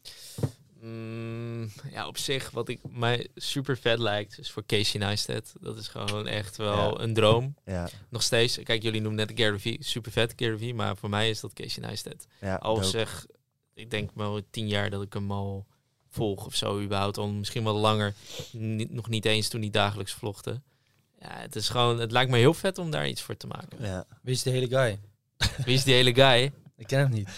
Op zich, wat mij super vet lijkt, is voor Casey Neistat. Dat is gewoon echt wel een droom. Ja. Nog steeds. Kijk, jullie noemen net Gary Vee. Super vet, Gary Vee. Maar voor mij is dat Casey Neistat. Ja, al zeg, ik denk wel 10 jaar dat ik hem al volg of zo überhaupt. Al misschien wel langer. Nog niet eens toen hij dagelijks vlogde. Ja, het is gewoon, het lijkt me heel vet om daar iets voor te maken. Ja. Wie is de hele guy? Wie is die hele guy? Ik ken hem niet.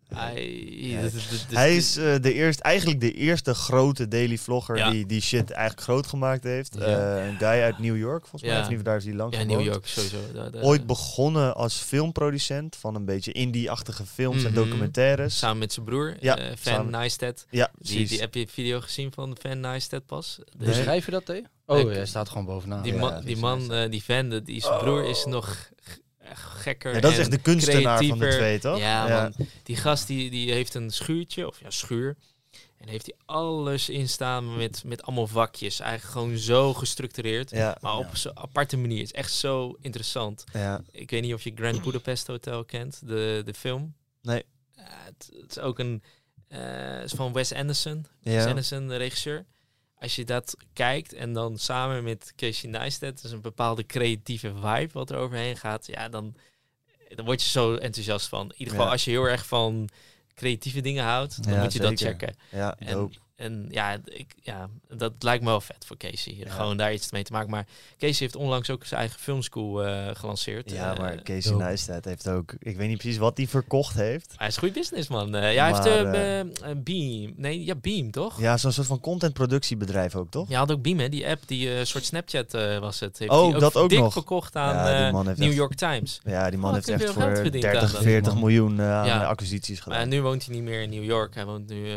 Hij is eigenlijk de eerste grote daily vlogger die shit eigenlijk groot gemaakt heeft. Een guy uit New York, volgens mij. Of niet, daar is hij lang gewoond. New York, sowieso. Ooit begonnen als filmproducent van een beetje indie-achtige films en documentaires. Samen met zijn broer, Van Neistat. Ja, die heb je video gezien van Van Neistat pas? Dus schrijf je dat tegen? Oh, hij staat gewoon bovenaan. Die Van, zijn broer is nog... gekker. Ja, dat is echt de kunstenaar creatiever van de twee, toch? Ja, man. Die gast die heeft een schuurtje, of schuur. En heeft hij alles in staan met allemaal vakjes. Eigenlijk gewoon zo gestructureerd. Maar op zo'n aparte manier. Het is echt zo interessant. Ja. Ik weet niet of je Grand Budapest Hotel kent, de film. Nee. Het is ook is van Wes Anderson. Wes Anderson, de regisseur. Als je dat kijkt en dan samen met Casey Neistat, dus een bepaalde creatieve vibe wat er overheen gaat, dan word je zo enthousiast van. In ieder geval, als je heel erg van creatieve dingen houdt, dan moet je dat checken. Ja, En dat lijkt me wel vet voor Casey. Gewoon daar iets mee te maken. Maar Casey heeft onlangs ook zijn eigen filmschool gelanceerd. Ja, maar Casey Neistat heeft ook... Ik weet niet precies wat hij verkocht heeft. Hij is een goede businessman. Hij heeft Beam. Beam, toch? Ja, zo'n soort van contentproductiebedrijf ook, toch? Ja, had ook Beam, hè? Die app, die soort Snapchat was het. Heeft dat ook dik nog. verkocht aan New York Times. Ja, die man heeft echt voor 30, 40 miljoen aan acquisities gedaan. Maar nu woont hij niet meer in New York. Hij woont nu...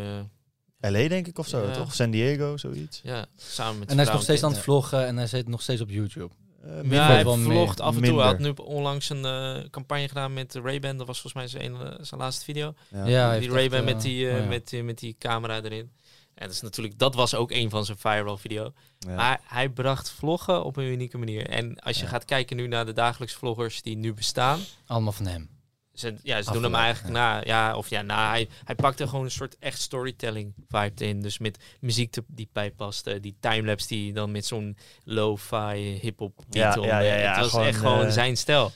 LA denk ik of zo, toch? San Diego, zoiets. Ja, samen met en hij is nog steeds aan het vloggen en hij zit nog steeds op YouTube. Hij vlogt af en toe. Hij had nu onlangs een campagne gedaan met Ray-Ban. Dat was volgens mij zijn laatste video. Ja, die Ray-Ban met die camera erin. En dat was ook een van zijn viral video. Ja. Maar hij bracht vloggen op een unieke manier. En als je gaat kijken nu naar de dagelijkse vloggers die nu bestaan. Allemaal van hem. Ze doen hem eigenlijk na. Hij pakte gewoon een soort echt storytelling vibe in. Dus met muziek die bij paste. Die timelapse die dan met zo'n lo-fi hip-hop beat het was gewoon, echt gewoon zijn stijl.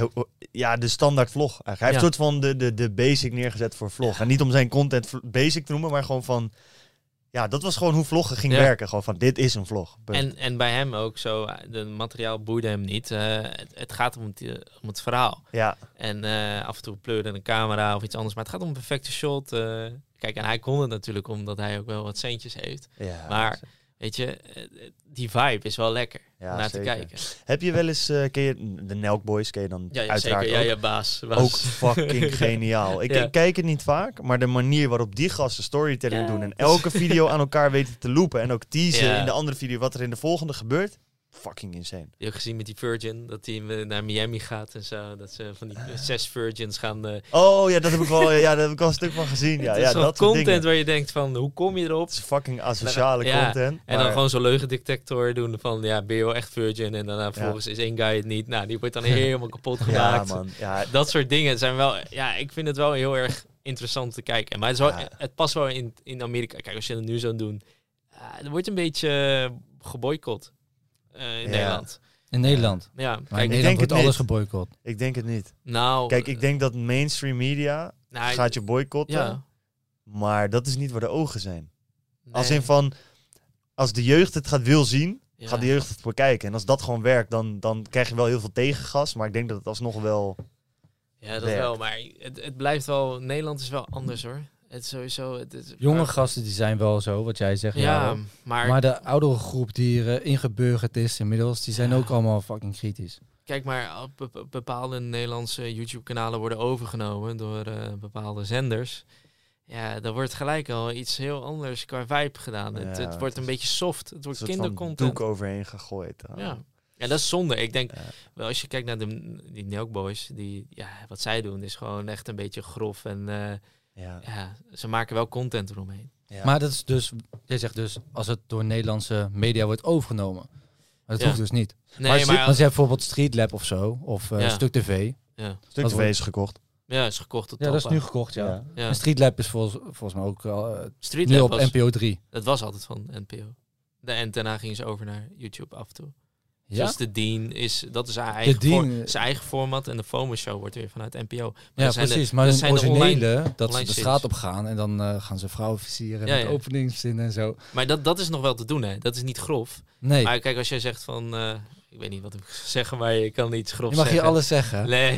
Ja, de standaard vlog. Hij heeft een soort van de basic neergezet voor vlog. Ja. En niet om zijn content basic te noemen, maar gewoon van... Ja, dat was gewoon hoe vloggen ging werken. Gewoon van, dit is een vlog. En bij hem ook zo, de materiaal boeide hem niet. Het gaat om het verhaal. Ja. En af en toe pleurde een camera of iets anders. Maar het gaat om een perfecte shot. Kijk, en hij kon het natuurlijk omdat hij ook wel wat centjes heeft. Ja, maar... Weet je, die vibe is wel lekker om naar te kijken. Heb je wel eens, ken je de Nelk Boys, ken je dan uiteraard zeker. ook? Ja, baas. Ook fucking geniaal. Ik kijk het niet vaak, maar de manier waarop die gasten storytelling doen en elke video aan elkaar weten te loopen en ook teasen in de andere video wat er in de volgende gebeurt. Fucking insane. Je hebt ook gezien met die Virgin, dat hij naar Miami gaat en zo. Dat ze van die 6 Virgins gaan... Oh ja, dat heb ik wel een stuk van gezien. Ja, het is dat content waar je denkt van, hoe kom je erop? Het is fucking asociale content. En dan gewoon zo'n leugendetector doen van, ben je wel echt Virgin? En daarna vervolgens is één guy het niet. Nou, die wordt dan helemaal kapot gemaakt. Ja, man. Ja. Dat soort dingen zijn wel... Ja, ik vind het wel heel erg interessant te kijken. Maar het past wel in Amerika. Kijk, als je het nu zou doen, er wordt een beetje geboycott. In Nederland. In Nederland? Ja. Maar in Nederland wordt alles geboycott. Ik denk het niet. Nou... Kijk, ik denk dat mainstream media gaat je boycotten. Ja. Maar dat is niet waar de ogen zijn. Nee. Als in van... Als de jeugd het wil zien, gaat de jeugd het bekijken. En als dat gewoon werkt, dan krijg je wel heel veel tegengas. Maar ik denk dat het alsnog wel... Ja, dat werkt. Wel. Maar het blijft wel... Nederland is wel anders, hoor. Het sowieso, jonge gasten die zijn wel zo, wat jij zegt. Ja, maar de oudere groep die er ingeburgerd is inmiddels, die zijn ook allemaal fucking kritisch. Kijk maar, bepaalde Nederlandse YouTube-kanalen worden overgenomen door bepaalde zenders. Ja, daar wordt gelijk al iets heel anders qua vibe gedaan. Het wordt een beetje soft. Het wordt kindercontent. Een doek overheen gegooid. Ja. Ja, dat is zonde. Ik denk, wel als je kijkt naar die Nelk Boys, wat zij doen is gewoon echt een beetje grof en... Ja, ze maken wel content eromheen. Ja. Maar dat is dus, jij zegt dus, als het door Nederlandse media wordt overgenomen. Maar dat hoeft dus niet. Nee, maar als je hebt bijvoorbeeld Streetlab of zo, of Stuk TV. Ja. Stuk TV is gekocht. Ja, is gekocht. Ja, dat is nu gekocht, ja. En Streetlab is volgens mij ook nu op NPO 3. Dat was altijd van NPO. En daarna gingen ze over naar YouTube af en toe. Ja? Dus de Dean dat is zijn eigen format en de FOMO Show wordt weer vanuit NPO. Maar precies. Maar het originele, dat ze de straat op gaan en dan gaan ze vrouwen versieren met openingszinnen en zo. Maar dat is nog wel te doen, hè? Dat is niet grof. Nee. Maar kijk, als jij zegt van... ik weet niet wat ik zeggen, maar je kan niet grof zeggen. Je mag hier alles zeggen. Nee,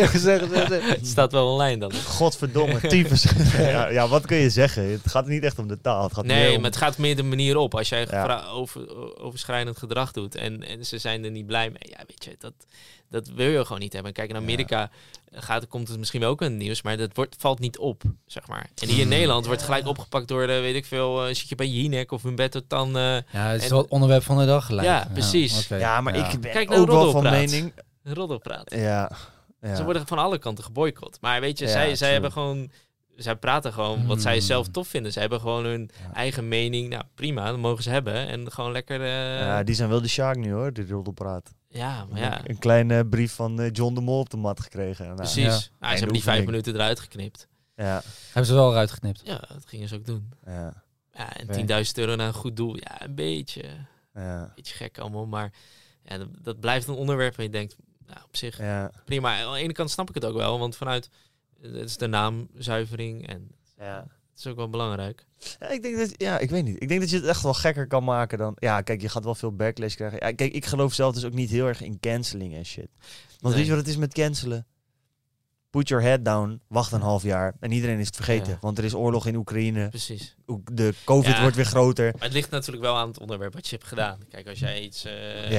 het staat wel online dan. Godverdomme, tyfus. Ja, wat kun je zeggen? Het gaat niet echt om de taal. Het gaat maar het gaat meer de manier op. Als jij overschrijdend gedrag doet en ze zijn er niet blij mee. Ja, weet je, dat wil je gewoon niet hebben. Kijk, in Amerika komt het misschien ook in het nieuws, maar dat valt niet op, zeg maar. En hier in Nederland wordt gelijk opgepakt door weet ik veel, zit je bij Jinek of Humberto Tan. Het is wel het onderwerp van de dag gelijk. Ja, precies. Okay. Ja, maar ik ben ook wel van mening... Roddelpraat. Ja. Ze worden van alle kanten geboycott. Maar weet je, zij hebben gewoon... Zij praten gewoon wat zij zelf tof vinden. Zij hebben gewoon hun eigen mening. Nou, prima, dat mogen ze hebben. En gewoon lekker... Ja, die zijn wel de Sjaak nu, hoor, die roddelpraat. Ja, maar Een kleine brief van John de Mol op de mat gekregen. Nou, precies. Ja. Ze hebben die 5 minuten eruit geknipt. Ja. Hebben ze wel eruit geknipt? Ja, dat gingen ze ook doen. Ja. En €10.000 naar een goed doel. Ja, een beetje. Een beetje gek allemaal. Maar dat blijft een onderwerp waar je denkt... Nou, op zich prima. Aan de ene kant snap ik het ook wel. Want vanuit... Het is de naamzuivering. En het is ook wel belangrijk. Ja, ik denk dat, ik weet niet. Ik denk dat je het echt wel gekker kan maken dan... Ja, kijk, je gaat wel veel backlash krijgen. Ja, kijk, ik geloof zelf dus ook niet heel erg in canceling en shit. Want weet je wat het is met cancelen? Put your head down, wacht een half jaar en iedereen is het vergeten. Ja. Want er is oorlog in Oekraïne. Precies. De COVID wordt weer groter. Maar het ligt natuurlijk wel aan het onderwerp wat je hebt gedaan. Kijk, als jij iets...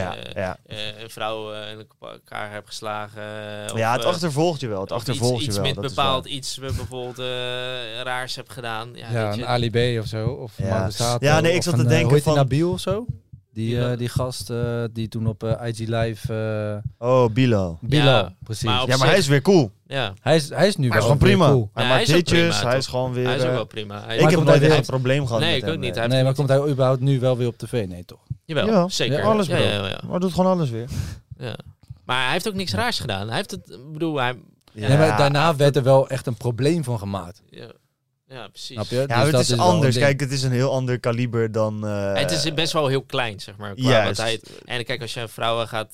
een vrouw in elkaar hebt geslagen... ja, het achtervolgt je wel. Het achtervolgt je wel. Iets met bepaald iets bijvoorbeeld raars hebt gedaan. Ja, een Ali B of zo. Of nee, ik zat te denken van... Nabil of zo? Die gast die toen op IG Live... Bilal. Ja, precies. Maar hij is weer cool. Ja. Hij is nu wel gewoon prima. Cool. Hij maakt hitjes, hij is gewoon weer... Hij is ook wel prima. Ik heb nooit echt een probleem gehad met hem. Nee, ik ook niet. Nee, maar komt hij überhaupt nu wel weer op tv? Nee, toch? Jawel, zeker. Ja, alles wel. Maar hij doet gewoon alles weer. Ja. Maar hij heeft ook niks raars gedaan. Hij heeft het... maar daarna werd er wel echt een probleem van gemaakt. Ja, precies. Snap je? Ja, dus het is anders. Kijk, het is een heel ander kaliber dan... het is best wel heel klein, zeg maar. En kijk, als je vrouwen gaat...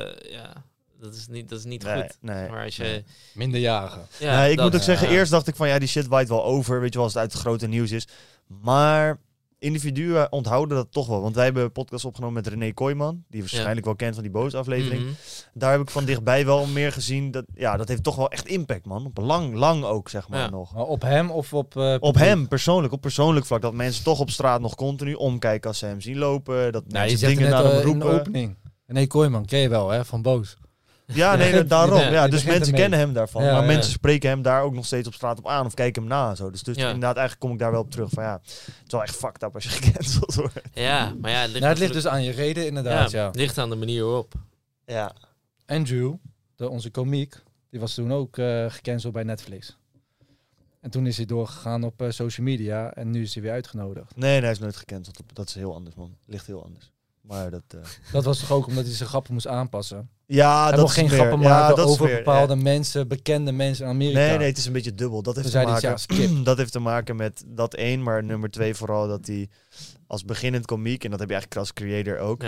dat is niet goed. Nee. Maar als je... Minderjarigen. Ja, ik moet ook zeggen, eerst dacht ik van... Ja, die shit waait wel over. Weet je wel, als het uit het grote nieuws is. Maar... individuen onthouden dat toch wel. Want wij hebben een podcast opgenomen met René Kooijman. Die je waarschijnlijk wel kent van die Boos-aflevering. Mm-hmm. Daar heb ik van dichtbij wel meer gezien. Dat heeft toch wel echt impact, man. Op lang ook, zeg maar, nog. Maar op hem of op... op hem, persoonlijk. Op persoonlijk vlak. Dat mensen toch op straat nog continu omkijken als ze hem zien lopen. Dat mensen dingen naar hem roepen. In de opening. René Kooijman, ken je wel, hè? Van Boos. Ja, nee, daarom. Ja, dus mensen kennen hem daarvan. Maar mensen spreken hem daar ook nog steeds op straat op aan of kijken hem na. Zo. Dus inderdaad, eigenlijk kom ik daar wel op terug. Van het is wel echt fucked up als je gecanceld wordt. Ja, maar het ligt dus aan je reden, inderdaad. Ja, het ligt aan de manier waarop. Ja. Andrew, onze komiek, die was toen ook gecanceld bij Netflix. En toen is hij doorgegaan op social media en nu is hij weer uitgenodigd. Nee, hij is nooit gecanceld. Dat is heel anders, man. Ligt heel anders. Maar dat was toch ook omdat hij zijn grappen moest aanpassen? Ja, hij mocht geen grappen maken over bepaalde mensen, bekende mensen in Amerika. Nee, het is een beetje dubbel. Dat heeft te maken met dat 1, maar nummer 2 vooral dat hij als beginnend komiek, en dat heb je eigenlijk als creator ook,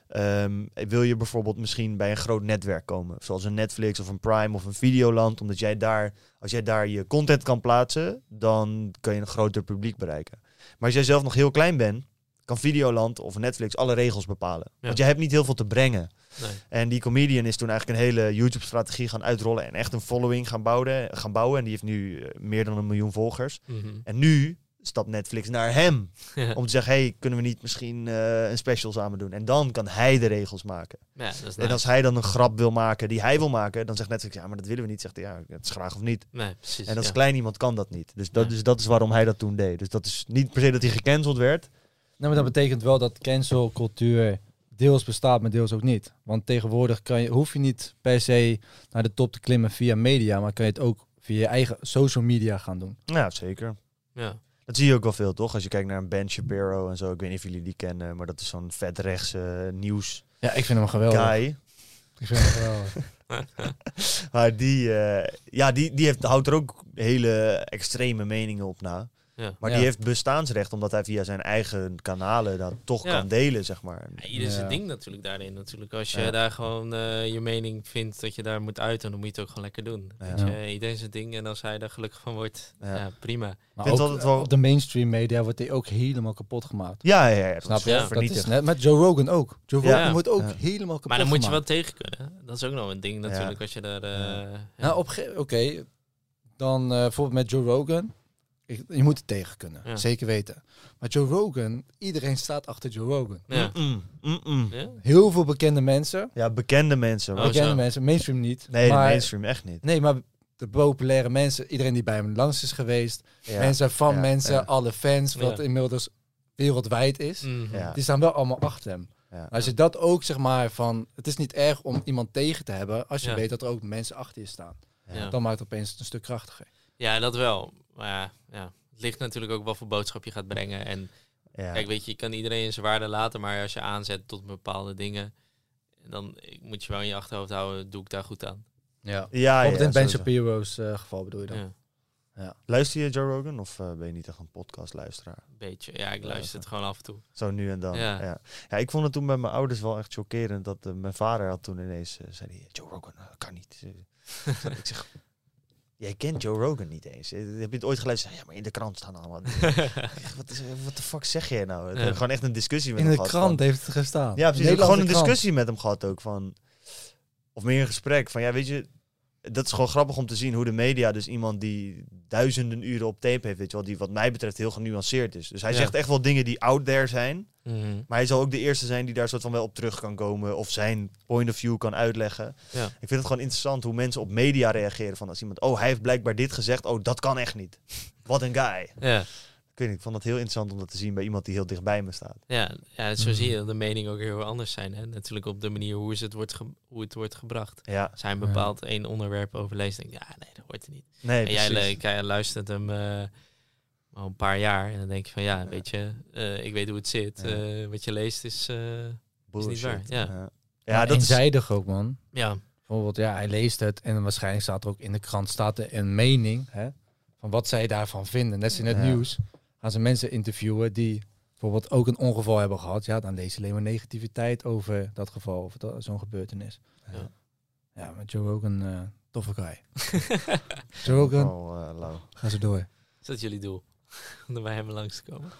wil je bijvoorbeeld misschien bij een groot netwerk komen, zoals een Netflix of een Prime of een Videoland, omdat als jij daar je content kan plaatsen, dan kan je een groter publiek bereiken. Maar als jij zelf nog heel klein bent, kan Videoland of Netflix alle regels bepalen. Ja. Want je hebt niet heel veel te brengen. Nee. En die comedian is toen eigenlijk een hele YouTube-strategie gaan uitrollen en echt een following gaan bouwen. En die heeft nu meer dan 1 miljoen volgers. Mm-hmm. En nu stapt Netflix naar hem. Ja. Om te zeggen, hey, kunnen we niet misschien een special samen doen? En dan kan hij de regels maken. Ja, dat is nice. En als hij dan een grap wil maken die hij wil maken, dan zegt Netflix, ja, maar dat willen we niet. Zegt hij, ja, het is graag of niet. Nee, precies, en als klein iemand kan dat niet. Dus dat is waarom hij dat toen deed. Dus dat is niet per se dat hij gecanceld werd. Nee, maar dat betekent wel dat cancelcultuur deels bestaat, maar deels ook niet. Want tegenwoordig hoef je niet per se naar de top te klimmen via media, maar kan je het ook via je eigen social media gaan doen. Ja, zeker. Ja. Dat zie je ook wel veel, toch? Als je kijkt naar een Ben Shapiro en zo. Ik weet niet of jullie die kennen, maar dat is zo'n vetrechtse nieuws. Ja, ik vind hem geweldig. Guy. Ik vind hem geweldig. Maar die houdt er ook hele extreme meningen op na. Ja. Maar die heeft bestaansrecht, omdat hij via zijn eigen kanalen dat toch kan delen, zeg maar. Ja, ieder zijn ding natuurlijk daarin. Natuurlijk. Als je daar gewoon je mening vindt dat je daar moet uiten, dan moet je het ook gewoon lekker doen. Ja. Iedereen zijn ding en als hij daar gelukkig van wordt, prima. Maar ook, op de mainstream media wordt hij ook helemaal kapot gemaakt. Ja. Snap je? Dat is net met Joe Rogan ook. Joe Rogan wordt ook helemaal kapot gemaakt. Maar dan moet je wel tegen kunnen. Dat is ook nog een ding natuurlijk, als je daar... Dan bijvoorbeeld met Joe Rogan. Je moet het tegen kunnen, zeker weten. Maar Joe Rogan, iedereen staat achter Joe Rogan. Ja. Ja? Heel veel bekende mensen. Ja, bekende mensen. Mensen, mainstream niet. Nee, maar, de mainstream echt niet. Nee, maar de populaire mensen, iedereen die bij hem langs is geweest. Mensen van mensen, alle fans, wat inmiddels wereldwijd is. Mm-hmm. Die staan wel allemaal achter hem. Ja. Als je dat ook, zeg maar, van... Het is niet erg om iemand tegen te hebben als je weet dat er ook mensen achter je staan. Ja. Dan maakt het opeens een stuk krachtiger. Ja, dat wel. Maar het ligt natuurlijk ook wel voor boodschap je gaat brengen. En kijk, weet je kan iedereen in zijn waarde laten, maar als je aanzet tot bepaalde dingen, dan moet je wel in je achterhoofd houden, doe ik daar goed aan. Ja. Bijvoorbeeld in Ben Shapiro's geval bedoel je dan? Ja. Luister je Joe Rogan of ben je niet echt een podcastluisteraar? Beetje, ik luister het gewoon af en toe. Zo nu en dan, ja, ik vond het toen bij mijn ouders wel echt chockerend dat mijn vader had toen ineens, zei hij, Joe Rogan, kan niet. Ik zeg, Jij kent Joe Rogan niet eens. Heb je het ooit geluisterd? Ja, maar in de krant staan allemaal. Wat de fuck zeg jij nou? Ik heb gewoon echt een discussie met hem gehad. In de krant heeft het gestaan. Ja, precies. Ik heb gewoon een discussie met hem gehad ook. Of meer een gesprek. Van ja, weet je, dat is gewoon grappig om te zien hoe de media dus iemand die duizenden uren op tape heeft, weet je wel, die wat mij betreft heel genuanceerd is. Dus hij zegt echt wel dingen die out there zijn. Mm-hmm. Maar hij zal ook de eerste zijn die daar soort van wel op terug kan komen of zijn point of view kan uitleggen. Ja. Ik vind het gewoon interessant hoe mensen op media reageren. Van als iemand, hij heeft blijkbaar dit gezegd. Dat kan echt niet. Wat een guy. Ja. Ik weet niet, ik vond het heel interessant om dat te zien bij iemand die heel dichtbij me staat. Ja, zo zie je dat de meningen ook heel anders zijn. Hè? Natuurlijk op de manier hoe het wordt gebracht. Ja. Als hij een bepaald één onderwerp overleest, denk ik, nee, dat hoort er niet. Nee, en jij luistert hem al een paar jaar en dan denk je van, weet je, ik weet hoe het zit. Wat je leest is niet waar. Ja, dat eenzijdig ook, man. Ja. Bijvoorbeeld, hij leest het en waarschijnlijk staat er ook in de krant een mening, hè, van wat zij daarvan vinden. Net als in het nieuws. Gaan ze mensen interviewen die bijvoorbeeld ook een ongeval hebben gehad. Ja, dan lees je alleen maar negativiteit over dat geval of zo'n gebeurtenis. Ja, maar Joe Rogan, toffe guy. Joe Rogan, ga ze door. Is dat jullie doel? Om bij hem langs te komen?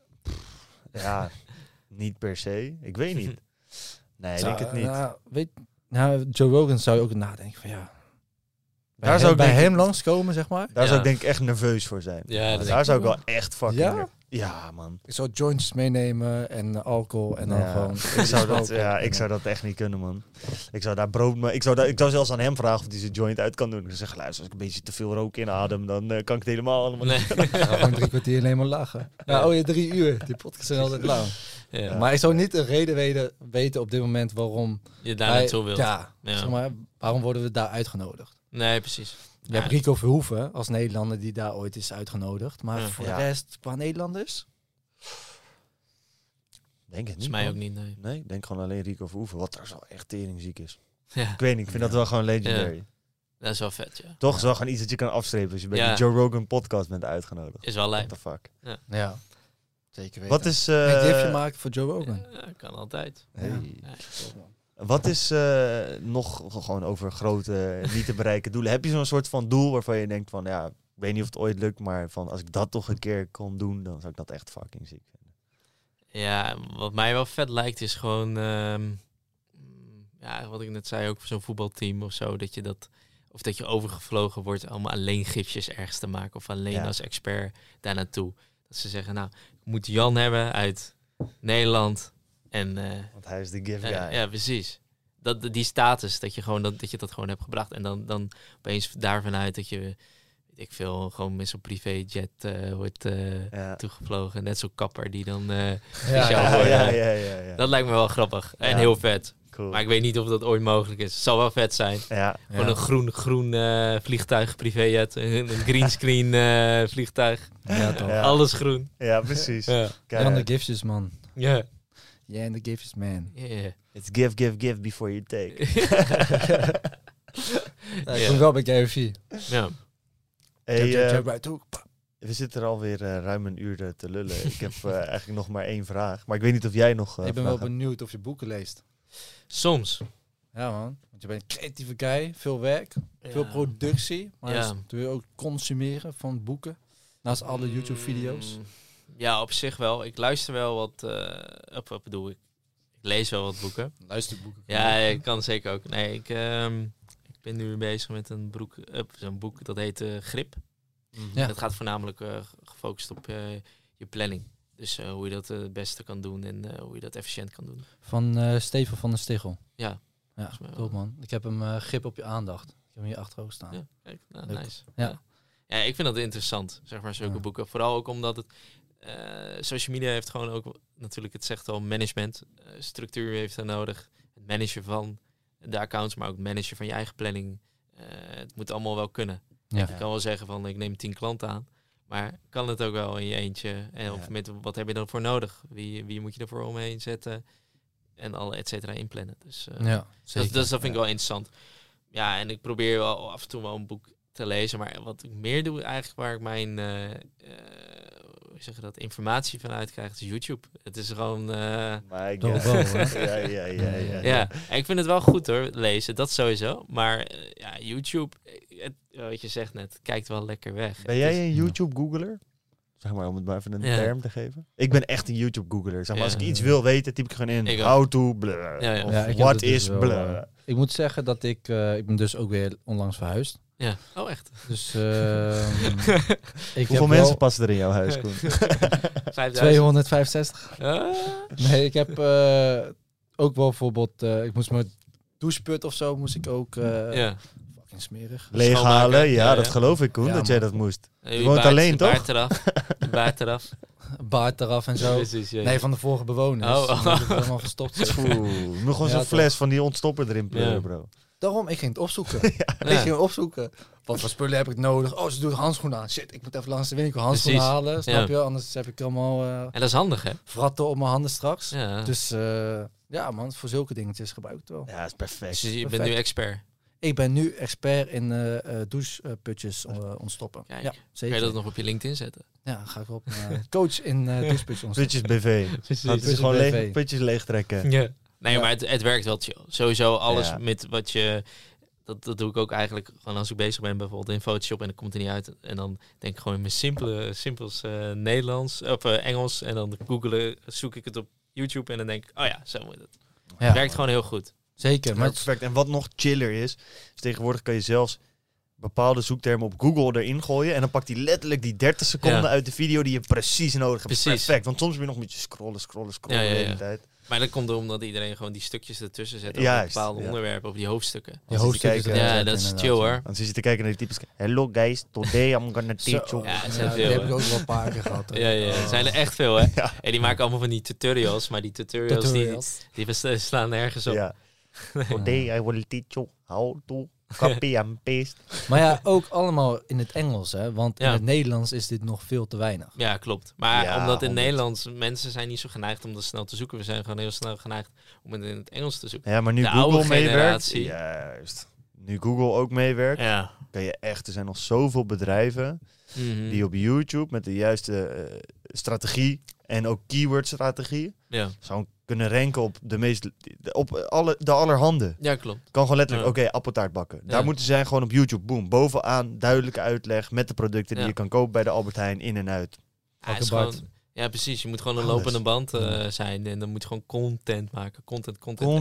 Ja, niet per se. Ik weet niet. Nee, ik denk het niet. Joe Rogan zou je ook nadenken van Daar zou ik bij hem langskomen, zeg maar. Daar zou ik denk ik echt nerveus voor zijn. Ja, daar zou ik wel echt fucking... Ja, man. Ik zou joints meenemen en alcohol en dan gewoon... Ik zou dat echt niet kunnen, man. Ik zou daar brood... Ik zou zelfs aan hem vragen of hij zijn joint uit kan doen. Ik zou zeggen, luister, als ik een beetje te veel rook inadem, dan kan ik het helemaal niet. Nee. Gewoon 3 kwartier alleen maar lachen. 3 uur. Die podcasts zijn altijd lang. Ja. Maar ik zou niet een reden weten op dit moment waarom... Je daar naartoe wilt. Zeg maar, waarom worden we daar uitgenodigd? Nee, precies. Je hebt Rico Verhoeven als Nederlander die daar ooit is uitgenodigd. Maar voor de rest, qua Nederlanders? Denk het niet. Is mij ook niet, nee. Nee, ik denk gewoon alleen Rico Verhoeven, wat daar zo echt teringziek is. Ja. Ik weet niet, ik vind dat wel gewoon legendary. Ja. Dat is wel vet, ja. Toch is wel gewoon iets dat je kan afstrepen als je bij de Joe Rogan podcast bent uitgenodigd. Is wel lijp. What the fuck. Ja. Zeker weten. Wat is... een giftje maken voor Joe Rogan? Ja, kan altijd. Hey. Ja. Wat is nog gewoon over grote, niet te bereiken doelen? Heb je zo'n soort van doel waarvan je denkt van, ik weet niet of het ooit lukt, maar van als ik dat toch een keer kon doen, dan zou ik dat echt fucking ziek vinden. Ja, wat mij wel vet lijkt is gewoon, wat ik net zei, ook voor zo'n voetbalteam of zo, dat je overgevlogen wordt om alleen gifjes ergens te maken of alleen als expert daar naartoe. Dat ze zeggen, ik moet Jan hebben uit Nederland. Want hij is de gift guy. Ja, precies. Die status, dat je dat gewoon hebt gebracht. En dan opeens daarvan uit dat je, weet ik veel, gewoon met zo'n privéjet wordt toegevlogen. Net zo'n kapper die dan speciaal wordt. Ja. Dat lijkt me wel grappig. En heel vet. Cool. Maar ik weet niet of dat ooit mogelijk is. Het zal wel vet zijn. Ja. Gewoon een groen vliegtuig, privéjet. Een greenscreen vliegtuig. Ja, alles groen. Ja, precies. Jan de giftjes, man. Ja. Yeah, and the gift is man. Yeah. It's give before you take. Ik kom wel bij KFC. Ja. Hey, we zitten er alweer ruim een uur te lullen. Ik heb eigenlijk nog maar 1 vraag. Maar ik weet niet of jij nog... ik ben wel benieuwd of je boeken leest. Soms. Ja, man. Want je bent een creatieve guy. Veel werk. Veel productie. Maar doe je ook consumeren van boeken? Naast alle YouTube-video's? Ja, op zich wel. Ik luister wel wat... wat bedoel ik? Ik lees wel wat boeken. Luisterboeken. Ja, ik kan zeker ook. Nee, ik ben nu bezig met zo'n boek dat heet Grip. Ja. Dat gaat voornamelijk gefocust op je planning. Dus hoe je dat het beste kan doen en hoe je dat efficiënt kan doen. Van Steven van der Stichel. Ja. Ja, top man. Ik heb hem Grip op je aandacht. Ik heb hem hier achterover staan. Ja, kijk, nice. Ja, ik vind dat interessant, zeg maar, zulke boeken. Vooral ook omdat het... social media heeft gewoon ook natuurlijk, het zegt al, management. Structuur heeft er nodig. Het managen van de accounts, maar ook het managen van je eigen planning. Het moet allemaal wel kunnen. Ja. Je kan wel zeggen van, ik neem 10 klanten aan. Maar kan het ook wel in je eentje? En of met wat heb je dan voor nodig? Wie moet je ervoor omheen zetten? En al et cetera inplannen. Dus dat vind ik wel interessant. Ja, en ik probeer wel af en toe wel een boek te lezen. Maar wat ik meer doe eigenlijk, waar ik mijn informatie vanuit krijg, is YouTube. Het is gewoon... Ja, en ik vind het wel goed hoor, lezen. Dat sowieso. Maar YouTube... wat je zegt net, kijkt wel lekker weg. Ben jij een YouTube-googler? Zeg maar, om het maar even een term te geven. Ik ben echt een YouTube-googler. Zeg maar, als ik iets wil weten, typ ik gewoon in how to, blah, of what is, dus blah. Ik moet zeggen dat ik ben dus ook weer onlangs verhuisd. Ja. Oh, echt? Dus hoeveel mensen passen er in jouw huis, Koen? 265. Nee, ik heb ook wel bijvoorbeeld... ik moest mijn doucheput of zo, moest ik ook... fucking smerig. Leeghalen, dat geloof ik, Koen, dat jij dat moest. Je woont alleen, toch? Baard eraf. Baard eraf en zo. Precies, Nee, van de vorige bewoners. Dat ik helemaal verstopt. Nog gewoon zo'n fles van die ontstopper erin pleuren, bro. Daarom, ik ging het opzoeken. Ik ging opzoeken. Wat voor spullen heb ik nodig? Oh, ze doen handschoenen aan. Shit, ik moet even langs de winkel handschoenen halen. Snap je? Anders heb ik allemaal... en dat is handig, hè? Vratten op mijn handen straks. Ja. Dus man, voor zulke dingetjes gebruik ik het wel. Ja, dat is perfect. Dus je bent nu expert? Ik ben nu expert in doucheputjes ontstoppen. Kijk, ja, zeker. Kan je dat nog op je LinkedIn zetten? Ja, ga ik op. Coach in doucheputjes ontstoppen. Putjes BV. Het is gewoon putjes leegtrekken. Ja. Nee, maar het werkt wel chill. Sowieso alles met wat je... Dat doe ik ook eigenlijk gewoon als ik bezig ben bijvoorbeeld in Photoshop en dan komt er niet uit. En dan denk ik gewoon in mijn simpels Nederlands of Engels. En dan zoek ik het op YouTube en dan denk ik, oh ja, zo moet het. Het werkt gewoon heel goed. Zeker. Maar perfect. En wat nog chiller is tegenwoordig kan je zelfs bepaalde zoektermen op Google erin gooien. En dan pakt hij letterlijk die 30 seconden uit de video die je precies nodig hebt. Precies. Perfect. Want soms ben je nog een beetje scrollen de hele tijd. Maar dat komt omdat iedereen gewoon die stukjes ertussen zet. Op bepaalde onderwerpen, op die hoofdstukken. Die hoofdstukken. Dat is chill, hoor. Dan zit je te kijken naar die types. Hello guys, today I'm gonna teach you. Ja, zijn veel, die heb ik ook wel een paar keer gehad. Er zijn er echt veel, hè. En die maken allemaal van die tutorials. Maar die tutorials. Die slaan nergens op. Ja. Today I will teach you how to copy and paste. Maar ja, ook allemaal in het Engels, hè? Want in het Nederlands is dit nog veel te weinig. Ja, klopt. Maar omdat in Nederlands mensen zijn niet zo geneigd om dat snel te zoeken. We zijn gewoon heel snel geneigd om het in het Engels te zoeken. Ja, maar nu de Google meewerkt. Juist. Nu Google ook meewerkt, kan je echt... Er zijn nog zoveel bedrijven die op YouTube met de juiste strategie en ook keyword-strategie zou kunnen ranken op de allerhande. Ja, klopt. Kan gewoon letterlijk, oké, appeltaart bakken. Daar moeten ze gewoon op YouTube, boom, bovenaan duidelijke uitleg met de producten die je kan kopen bij de Albert Heijn, in en uit. Ja, precies. Je moet gewoon een lopende band zijn. En dan moet je gewoon content maken. Content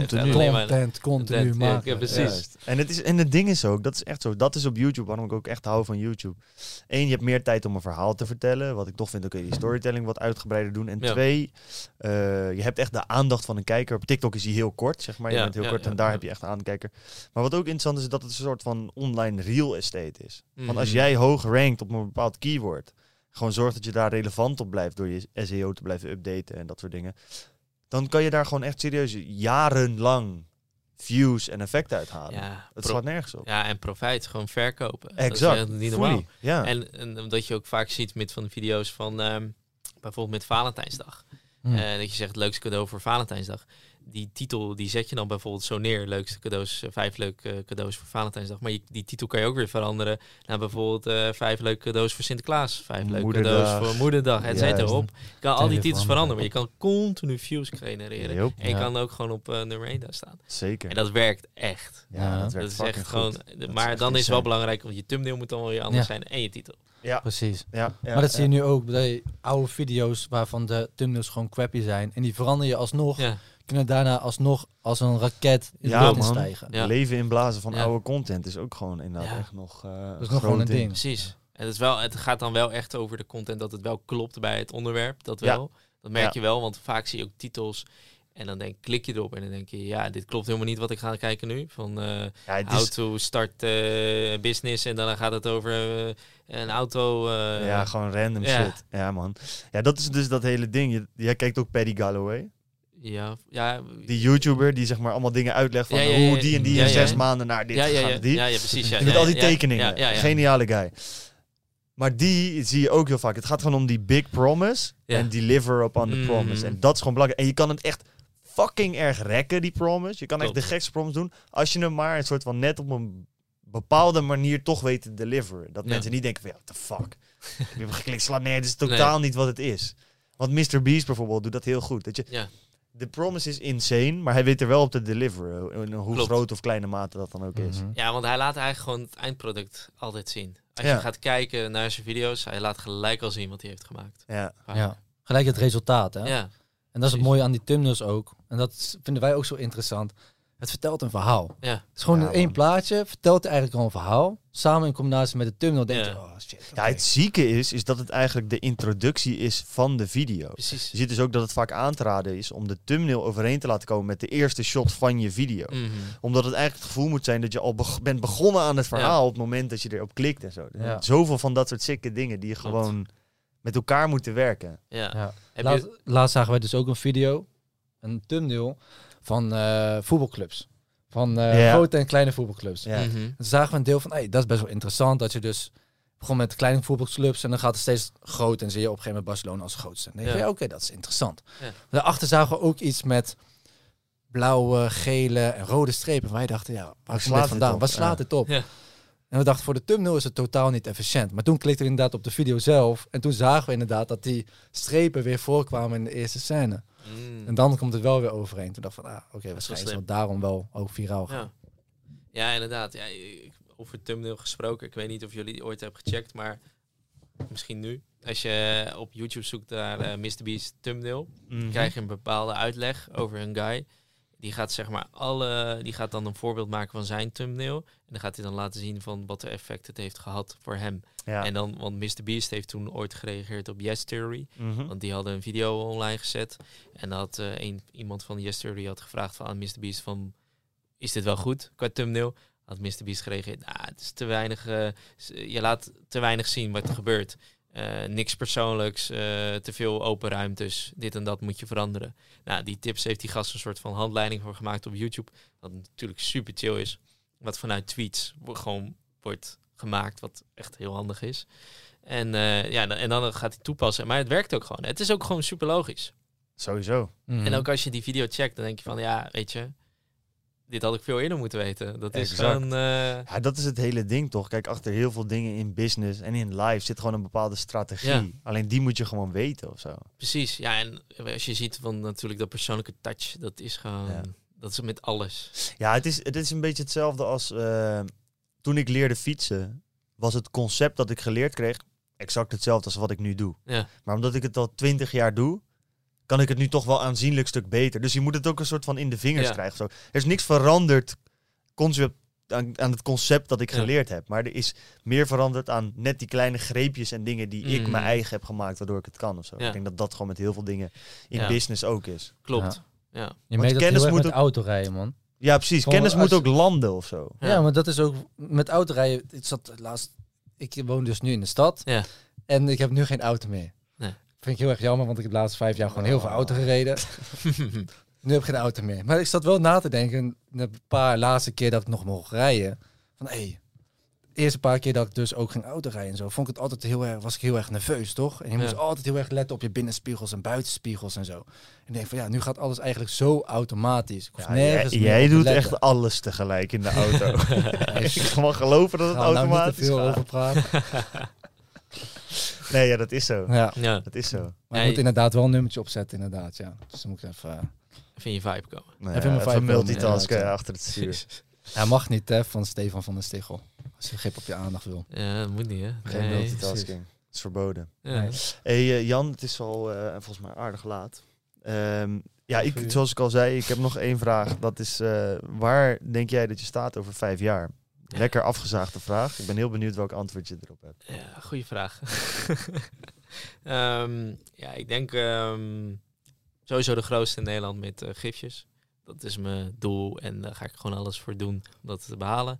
continu maken. Ja, precies. Ja. En het ding is ook, dat is echt zo. Dat is op YouTube, waarom ik ook echt hou van YouTube. 1, je hebt meer tijd om een verhaal te vertellen. Wat ik toch vind, die storytelling wat uitgebreider doen. En 2, je hebt echt de aandacht van een kijker. Op TikTok is die heel kort, zeg maar. Je bent heel kort en daar heb je echt een aankijker. Maar wat ook interessant is, dat het een soort van online real estate is. Want als jij hoog rankt op een bepaald keyword... Gewoon zorg dat je daar relevant op blijft door je SEO te blijven updaten en dat soort dingen. Dan kan je daar gewoon echt serieus jarenlang views en effecten uithalen. Ja, dat slaat nergens op. Ja, en profijt, gewoon verkopen. Exact. Dat is niet normaal. Ja. En omdat je ook vaak ziet met van de video's van bijvoorbeeld met Valentijnsdag. Dat je zegt het leukste cadeau voor Valentijnsdag. Die titel die zet je dan bijvoorbeeld zo neer. Leukste cadeaus, 5 leuke cadeaus voor Valentijnsdag. Maar die titel kan je ook weer veranderen. Nou, bijvoorbeeld 5 leuke cadeaus voor Sinterklaas. 5 leuke cadeaus voor Moederdag. Et cetera op. Je kan al die titels veranderen. Maar je kan continu views genereren. En je kan ook gewoon op nummer 1 daar staan. Zeker. En dat werkt echt. Ja, dat werkt is echt gewoon. Dat maar is dan is het wel insane. belangrijk. Want je thumbnail moet dan wel weer anders zijn. En je titel. Ja, precies. Ja, maar dat zie je nu ook bij oude video's waarvan de thumbnails gewoon crappy zijn. En die verander je alsnog. Kunnen daarna alsnog als een raket in de lucht stijgen. Ja. Leven inblazen van oude content is ook gewoon inderdaad echt nog dat is nog gewoon een ding. Precies. En het gaat dan wel echt over de content dat het wel klopt bij het onderwerp. Dat wel. Dat merk je wel, want vaak zie je ook titels en dan klik je erop en dan denk je, dit klopt helemaal niet wat ik ga kijken nu. Van how to start business en dan gaat het over een auto. Gewoon random shit. Ja, man. Ja, dat is dus dat hele ding. Jij kijkt ook Paddy Galloway. Ja. Die YouTuber die zeg maar allemaal dingen uitlegt van hoe die en die in 6 maanden naar dit gaan. Ja, precies. Die met al die tekeningen. Geniale guy. Maar die zie je ook heel vaak. Het gaat gewoon om die big promise en deliver upon the promise. En dat is gewoon belangrijk. En je kan het echt fucking erg rekken, die promise. Je kan echt de gekste promise doen als je hem maar een soort van net op een bepaalde manier toch weet te deliveren. Dat mensen niet denken van what the fuck. Ik heb geklikt, dit is totaal niet wat het is. Want Mr. Beast bijvoorbeeld doet dat heel goed. Dat je de promise is insane, maar hij weet er wel op te deliveren. Hoe groot of kleine mate dat dan ook is. Ja, want hij laat eigenlijk gewoon het eindproduct altijd zien. Als je gaat kijken naar zijn video's, hij laat gelijk al zien wat hij heeft gemaakt. Ja. Gelijk het resultaat, hè? Ja. En dat is het mooie aan die thumbnails ook. En dat vinden wij ook zo interessant. Het vertelt een verhaal. Ja. Het is gewoon in één plaatje, vertelt eigenlijk al een verhaal. Samen in combinatie met de thumbnail denk je, oh shit. Okay. Ja, het zieke is dat het eigenlijk de introductie is van de video. Precies. Je ziet dus ook dat het vaak aan te raden is om de thumbnail overeen te laten komen met de eerste shot van je video. Omdat het eigenlijk het gevoel moet zijn dat je al bent begonnen aan het verhaal op het moment dat je erop klikt en zo. Ja. Zoveel van dat soort sikke dingen die je gewoon met elkaar moeten werken. Laatst zagen wij dus ook een video, een thumbnail van voetbalclubs. Van grote en kleine voetbalclubs. Dan zagen we een deel van, dat is best wel interessant. Dat je dus begon met kleine voetbalclubs en dan gaat het steeds groot en zie je op een gegeven moment Barcelona als grootste. Dan denk je, oké, dat is interessant. Daarachter zagen we ook iets met blauwe, gele en rode strepen. Wij dachten, waar komt dit vandaan? Waar slaat het op? En we dachten, voor de thumbnail is het totaal niet efficiënt. Maar toen klikten we inderdaad op de video zelf. En toen zagen we inderdaad dat die strepen weer voorkwamen in de eerste scène. En dan komt het wel weer overeen. Toen dacht ik van, waarschijnlijk is het daarom wel ook viraal gaan. Ja, inderdaad. Ja, over thumbnail gesproken. Ik weet niet of jullie ooit hebben gecheckt, maar misschien nu. Als je op YouTube zoekt naar MrBeast thumbnail, krijg je een bepaalde uitleg over een guy. Die gaat zeg maar die gaat dan een voorbeeld maken van zijn thumbnail. En dan gaat hij dan laten zien van wat de effect het heeft gehad voor hem. Ja. En dan, want MrBeast heeft toen ooit gereageerd op Yes Theory. Want die hadden een video online gezet. En dan had iemand van Yes Theory had gevraagd aan MrBeast van, is dit wel goed qua thumbnail? Had MrBeast gereageerd, het is te weinig, je laat te weinig zien wat er gebeurt. Niks persoonlijks, te veel open ruimtes, dit en dat moet je veranderen. Nou, die tips heeft die gast een soort van handleiding voor gemaakt op YouTube. Wat natuurlijk super chill is. Wat vanuit tweets gewoon wordt gemaakt, wat echt heel handig is. En, en dan gaat hij toepassen. Maar het werkt ook gewoon. Het is ook gewoon super logisch. Sowieso. En ook als je die video checkt, dan denk je van, weet je, dit had ik veel eerder moeten weten. Dat is gewoon... dat is het hele ding toch. Kijk, achter heel veel dingen in business en in life zit gewoon een bepaalde strategie. Ja. Alleen die moet je gewoon weten of zo. Precies. Ja, en als je ziet van natuurlijk dat persoonlijke touch, dat is gewoon... Ja. Dat is met alles. Ja, het is een beetje hetzelfde als... toen ik leerde fietsen, was het concept dat ik geleerd kreeg exact hetzelfde als wat ik nu doe. Ja. Maar omdat ik het al 20 jaar doe, kan ik het nu toch wel aanzienlijk stuk beter. Dus je moet het ook een soort van in de vingers krijgen. Zo. Er is niks veranderd aan het concept dat ik geleerd heb. Maar er is meer veranderd aan net die kleine greepjes en dingen die ik mijn eigen heb gemaakt, waardoor ik het kan of zo. Ja. Ik denk dat dat gewoon met heel veel dingen in business ook is. Klopt. Ja. Je meet kennis moet met autorijden, man. Ja, precies. Gewoon kennis moet ook landen of zo. Ja, maar dat is ook met autorijden. Ik woon dus nu in de stad en ik heb nu geen auto meer. Vind ik heel erg jammer, want ik heb de laatste 5 jaar gewoon heel veel auto gereden. Nu heb ik geen auto meer. Maar ik zat wel na te denken, een paar laatste keer dat ik nog mocht rijden. Van de eerste paar keer dat ik dus ook ging auto rijden en zo, vond ik het altijd was ik heel erg nerveus, toch? En je moest altijd heel erg letten op je binnenspiegels en buitenspiegels en zo. En ik denk van nu gaat alles eigenlijk zo automatisch. Ik hoef nergens jij doet echt alles tegelijk in de auto. Ik kan geloven dat het automatisch gaat. Niet te veel over praten. Nee, dat is zo. Ja. Dat is zo. Maar je moet inderdaad wel een nummertje opzetten, inderdaad. Ja. Dus dan moet ik even in je vibe komen. Nee, even multitasken achter het stuur. Ja, mag niet, hè, van Stefan van der Stichel. Als je grip op je aandacht wil. Ja, dat moet niet, hè? Geen multitasking. Het is verboden. Ja. Hey, Jan, het is al volgens mij aardig laat. Zoals ik al zei, ik heb nog 1 vraag. Dat is, waar denk jij dat je staat over 5 jaar? Lekker afgezaagde vraag. Ik ben heel benieuwd welk antwoord je erop hebt. Ja, goede vraag. Ik denk sowieso de grootste in Nederland met gifjes. Dat is mijn doel en daar ga ik gewoon alles voor doen om dat te behalen.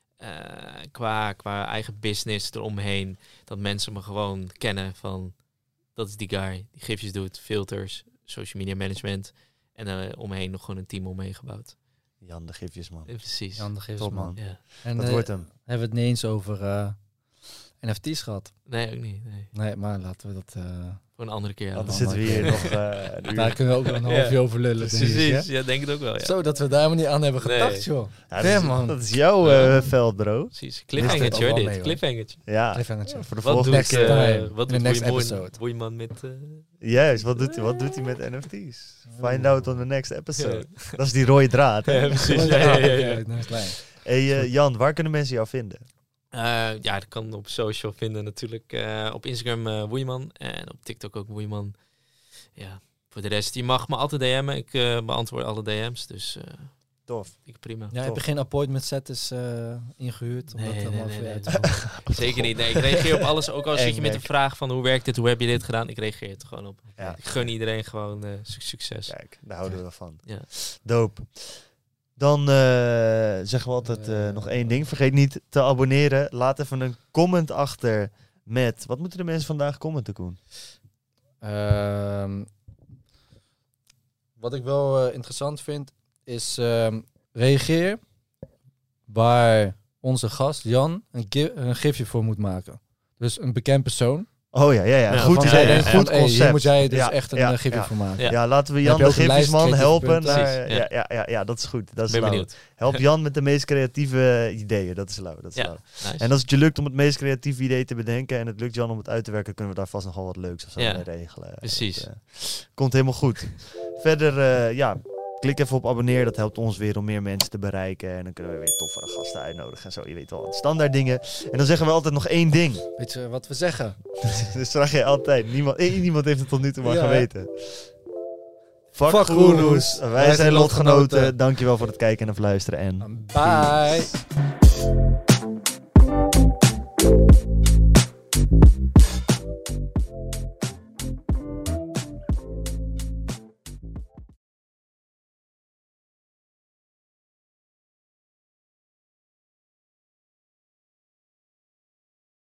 Qua eigen business eromheen, dat mensen me gewoon kennen van, dat is die guy die gifjes doet, filters, social media management en omheen nog gewoon een team omheen gebouwd. Jan de Gifjes, man. Precies. Jan de Gifjes, man. Ja. En dat wordt hem. Hebben we het niet eens over NFT's gehad. Nee, ook niet. Nee, maar laten we dat... voor een andere keer. Dan zitten we hier nog... daar kunnen we ook nog een half uur over lullen. Precies, ja, denk het ook wel. Ja. Zo, dat we daar helemaal niet aan hebben gedacht, joh. Ja, man. Dat is jouw veld, bro. Precies, cliffhangertje hoor, dit. Cliffhangertje. Ja, voor de volgende keer. Wat doet Boeiman met... Juist, wat doet hij met NFT's? Find out on the next episode. Dat is die rode draad. Ja, precies. Hey, Jan, waar kunnen mensen jou vinden? Dat kan op social vinden natuurlijk. Op Instagram Woeiman en op TikTok ook Woeiman. Ja, voor de rest, je mag me altijd DM'en. Ik beantwoord alle DM's, dus... Tof. Prima. Ja, heb je geen appointment setters ingehuurd? Om Nee. Zeker niet. Nee, ik reageer op alles. Ook al zit je met de vraag van hoe werkt dit, hoe heb je dit gedaan? Ik reageer het gewoon op. Ja. Ik gun iedereen gewoon succes. Kijk, daar houden we van. Ja. Dope. Dan zeggen we altijd nog één ding. Vergeet niet te abonneren. Laat even een comment achter met... Wat moeten de mensen vandaag commenten, Koen? Wat ik wel interessant vind, is reageer waar onze gast Jan een gifje voor moet maken. Dus een bekend persoon. Oh ja. Goed idee. Goed concept. Hier moet jij dus echt een gifje voor maken. Ja, laten we Jan de gifjesman helpen. Ja, dat is goed. Dat is ben benieuwd. Help Jan met de meest creatieve ideeën. Dat is lauw. Nice. En als het je lukt om het meest creatieve idee te bedenken en het lukt Jan om het uit te werken, kunnen we daar vast nog wel wat leuks of zo mee regelen. Precies. Dat, komt helemaal goed. Verder, klik even op abonneer. Dat helpt ons weer om meer mensen te bereiken. En dan kunnen we weer toffere gasten uitnodigen en zo. Je weet wel, standaard dingen. En dan zeggen we altijd nog één ding. Weet je wat we zeggen? Dus vraag je altijd. Niemand heeft het tot nu toe maar geweten. Fuck Goeroes. Wij zijn lotgenoten. Dankjewel voor het kijken en het luisteren. En bye.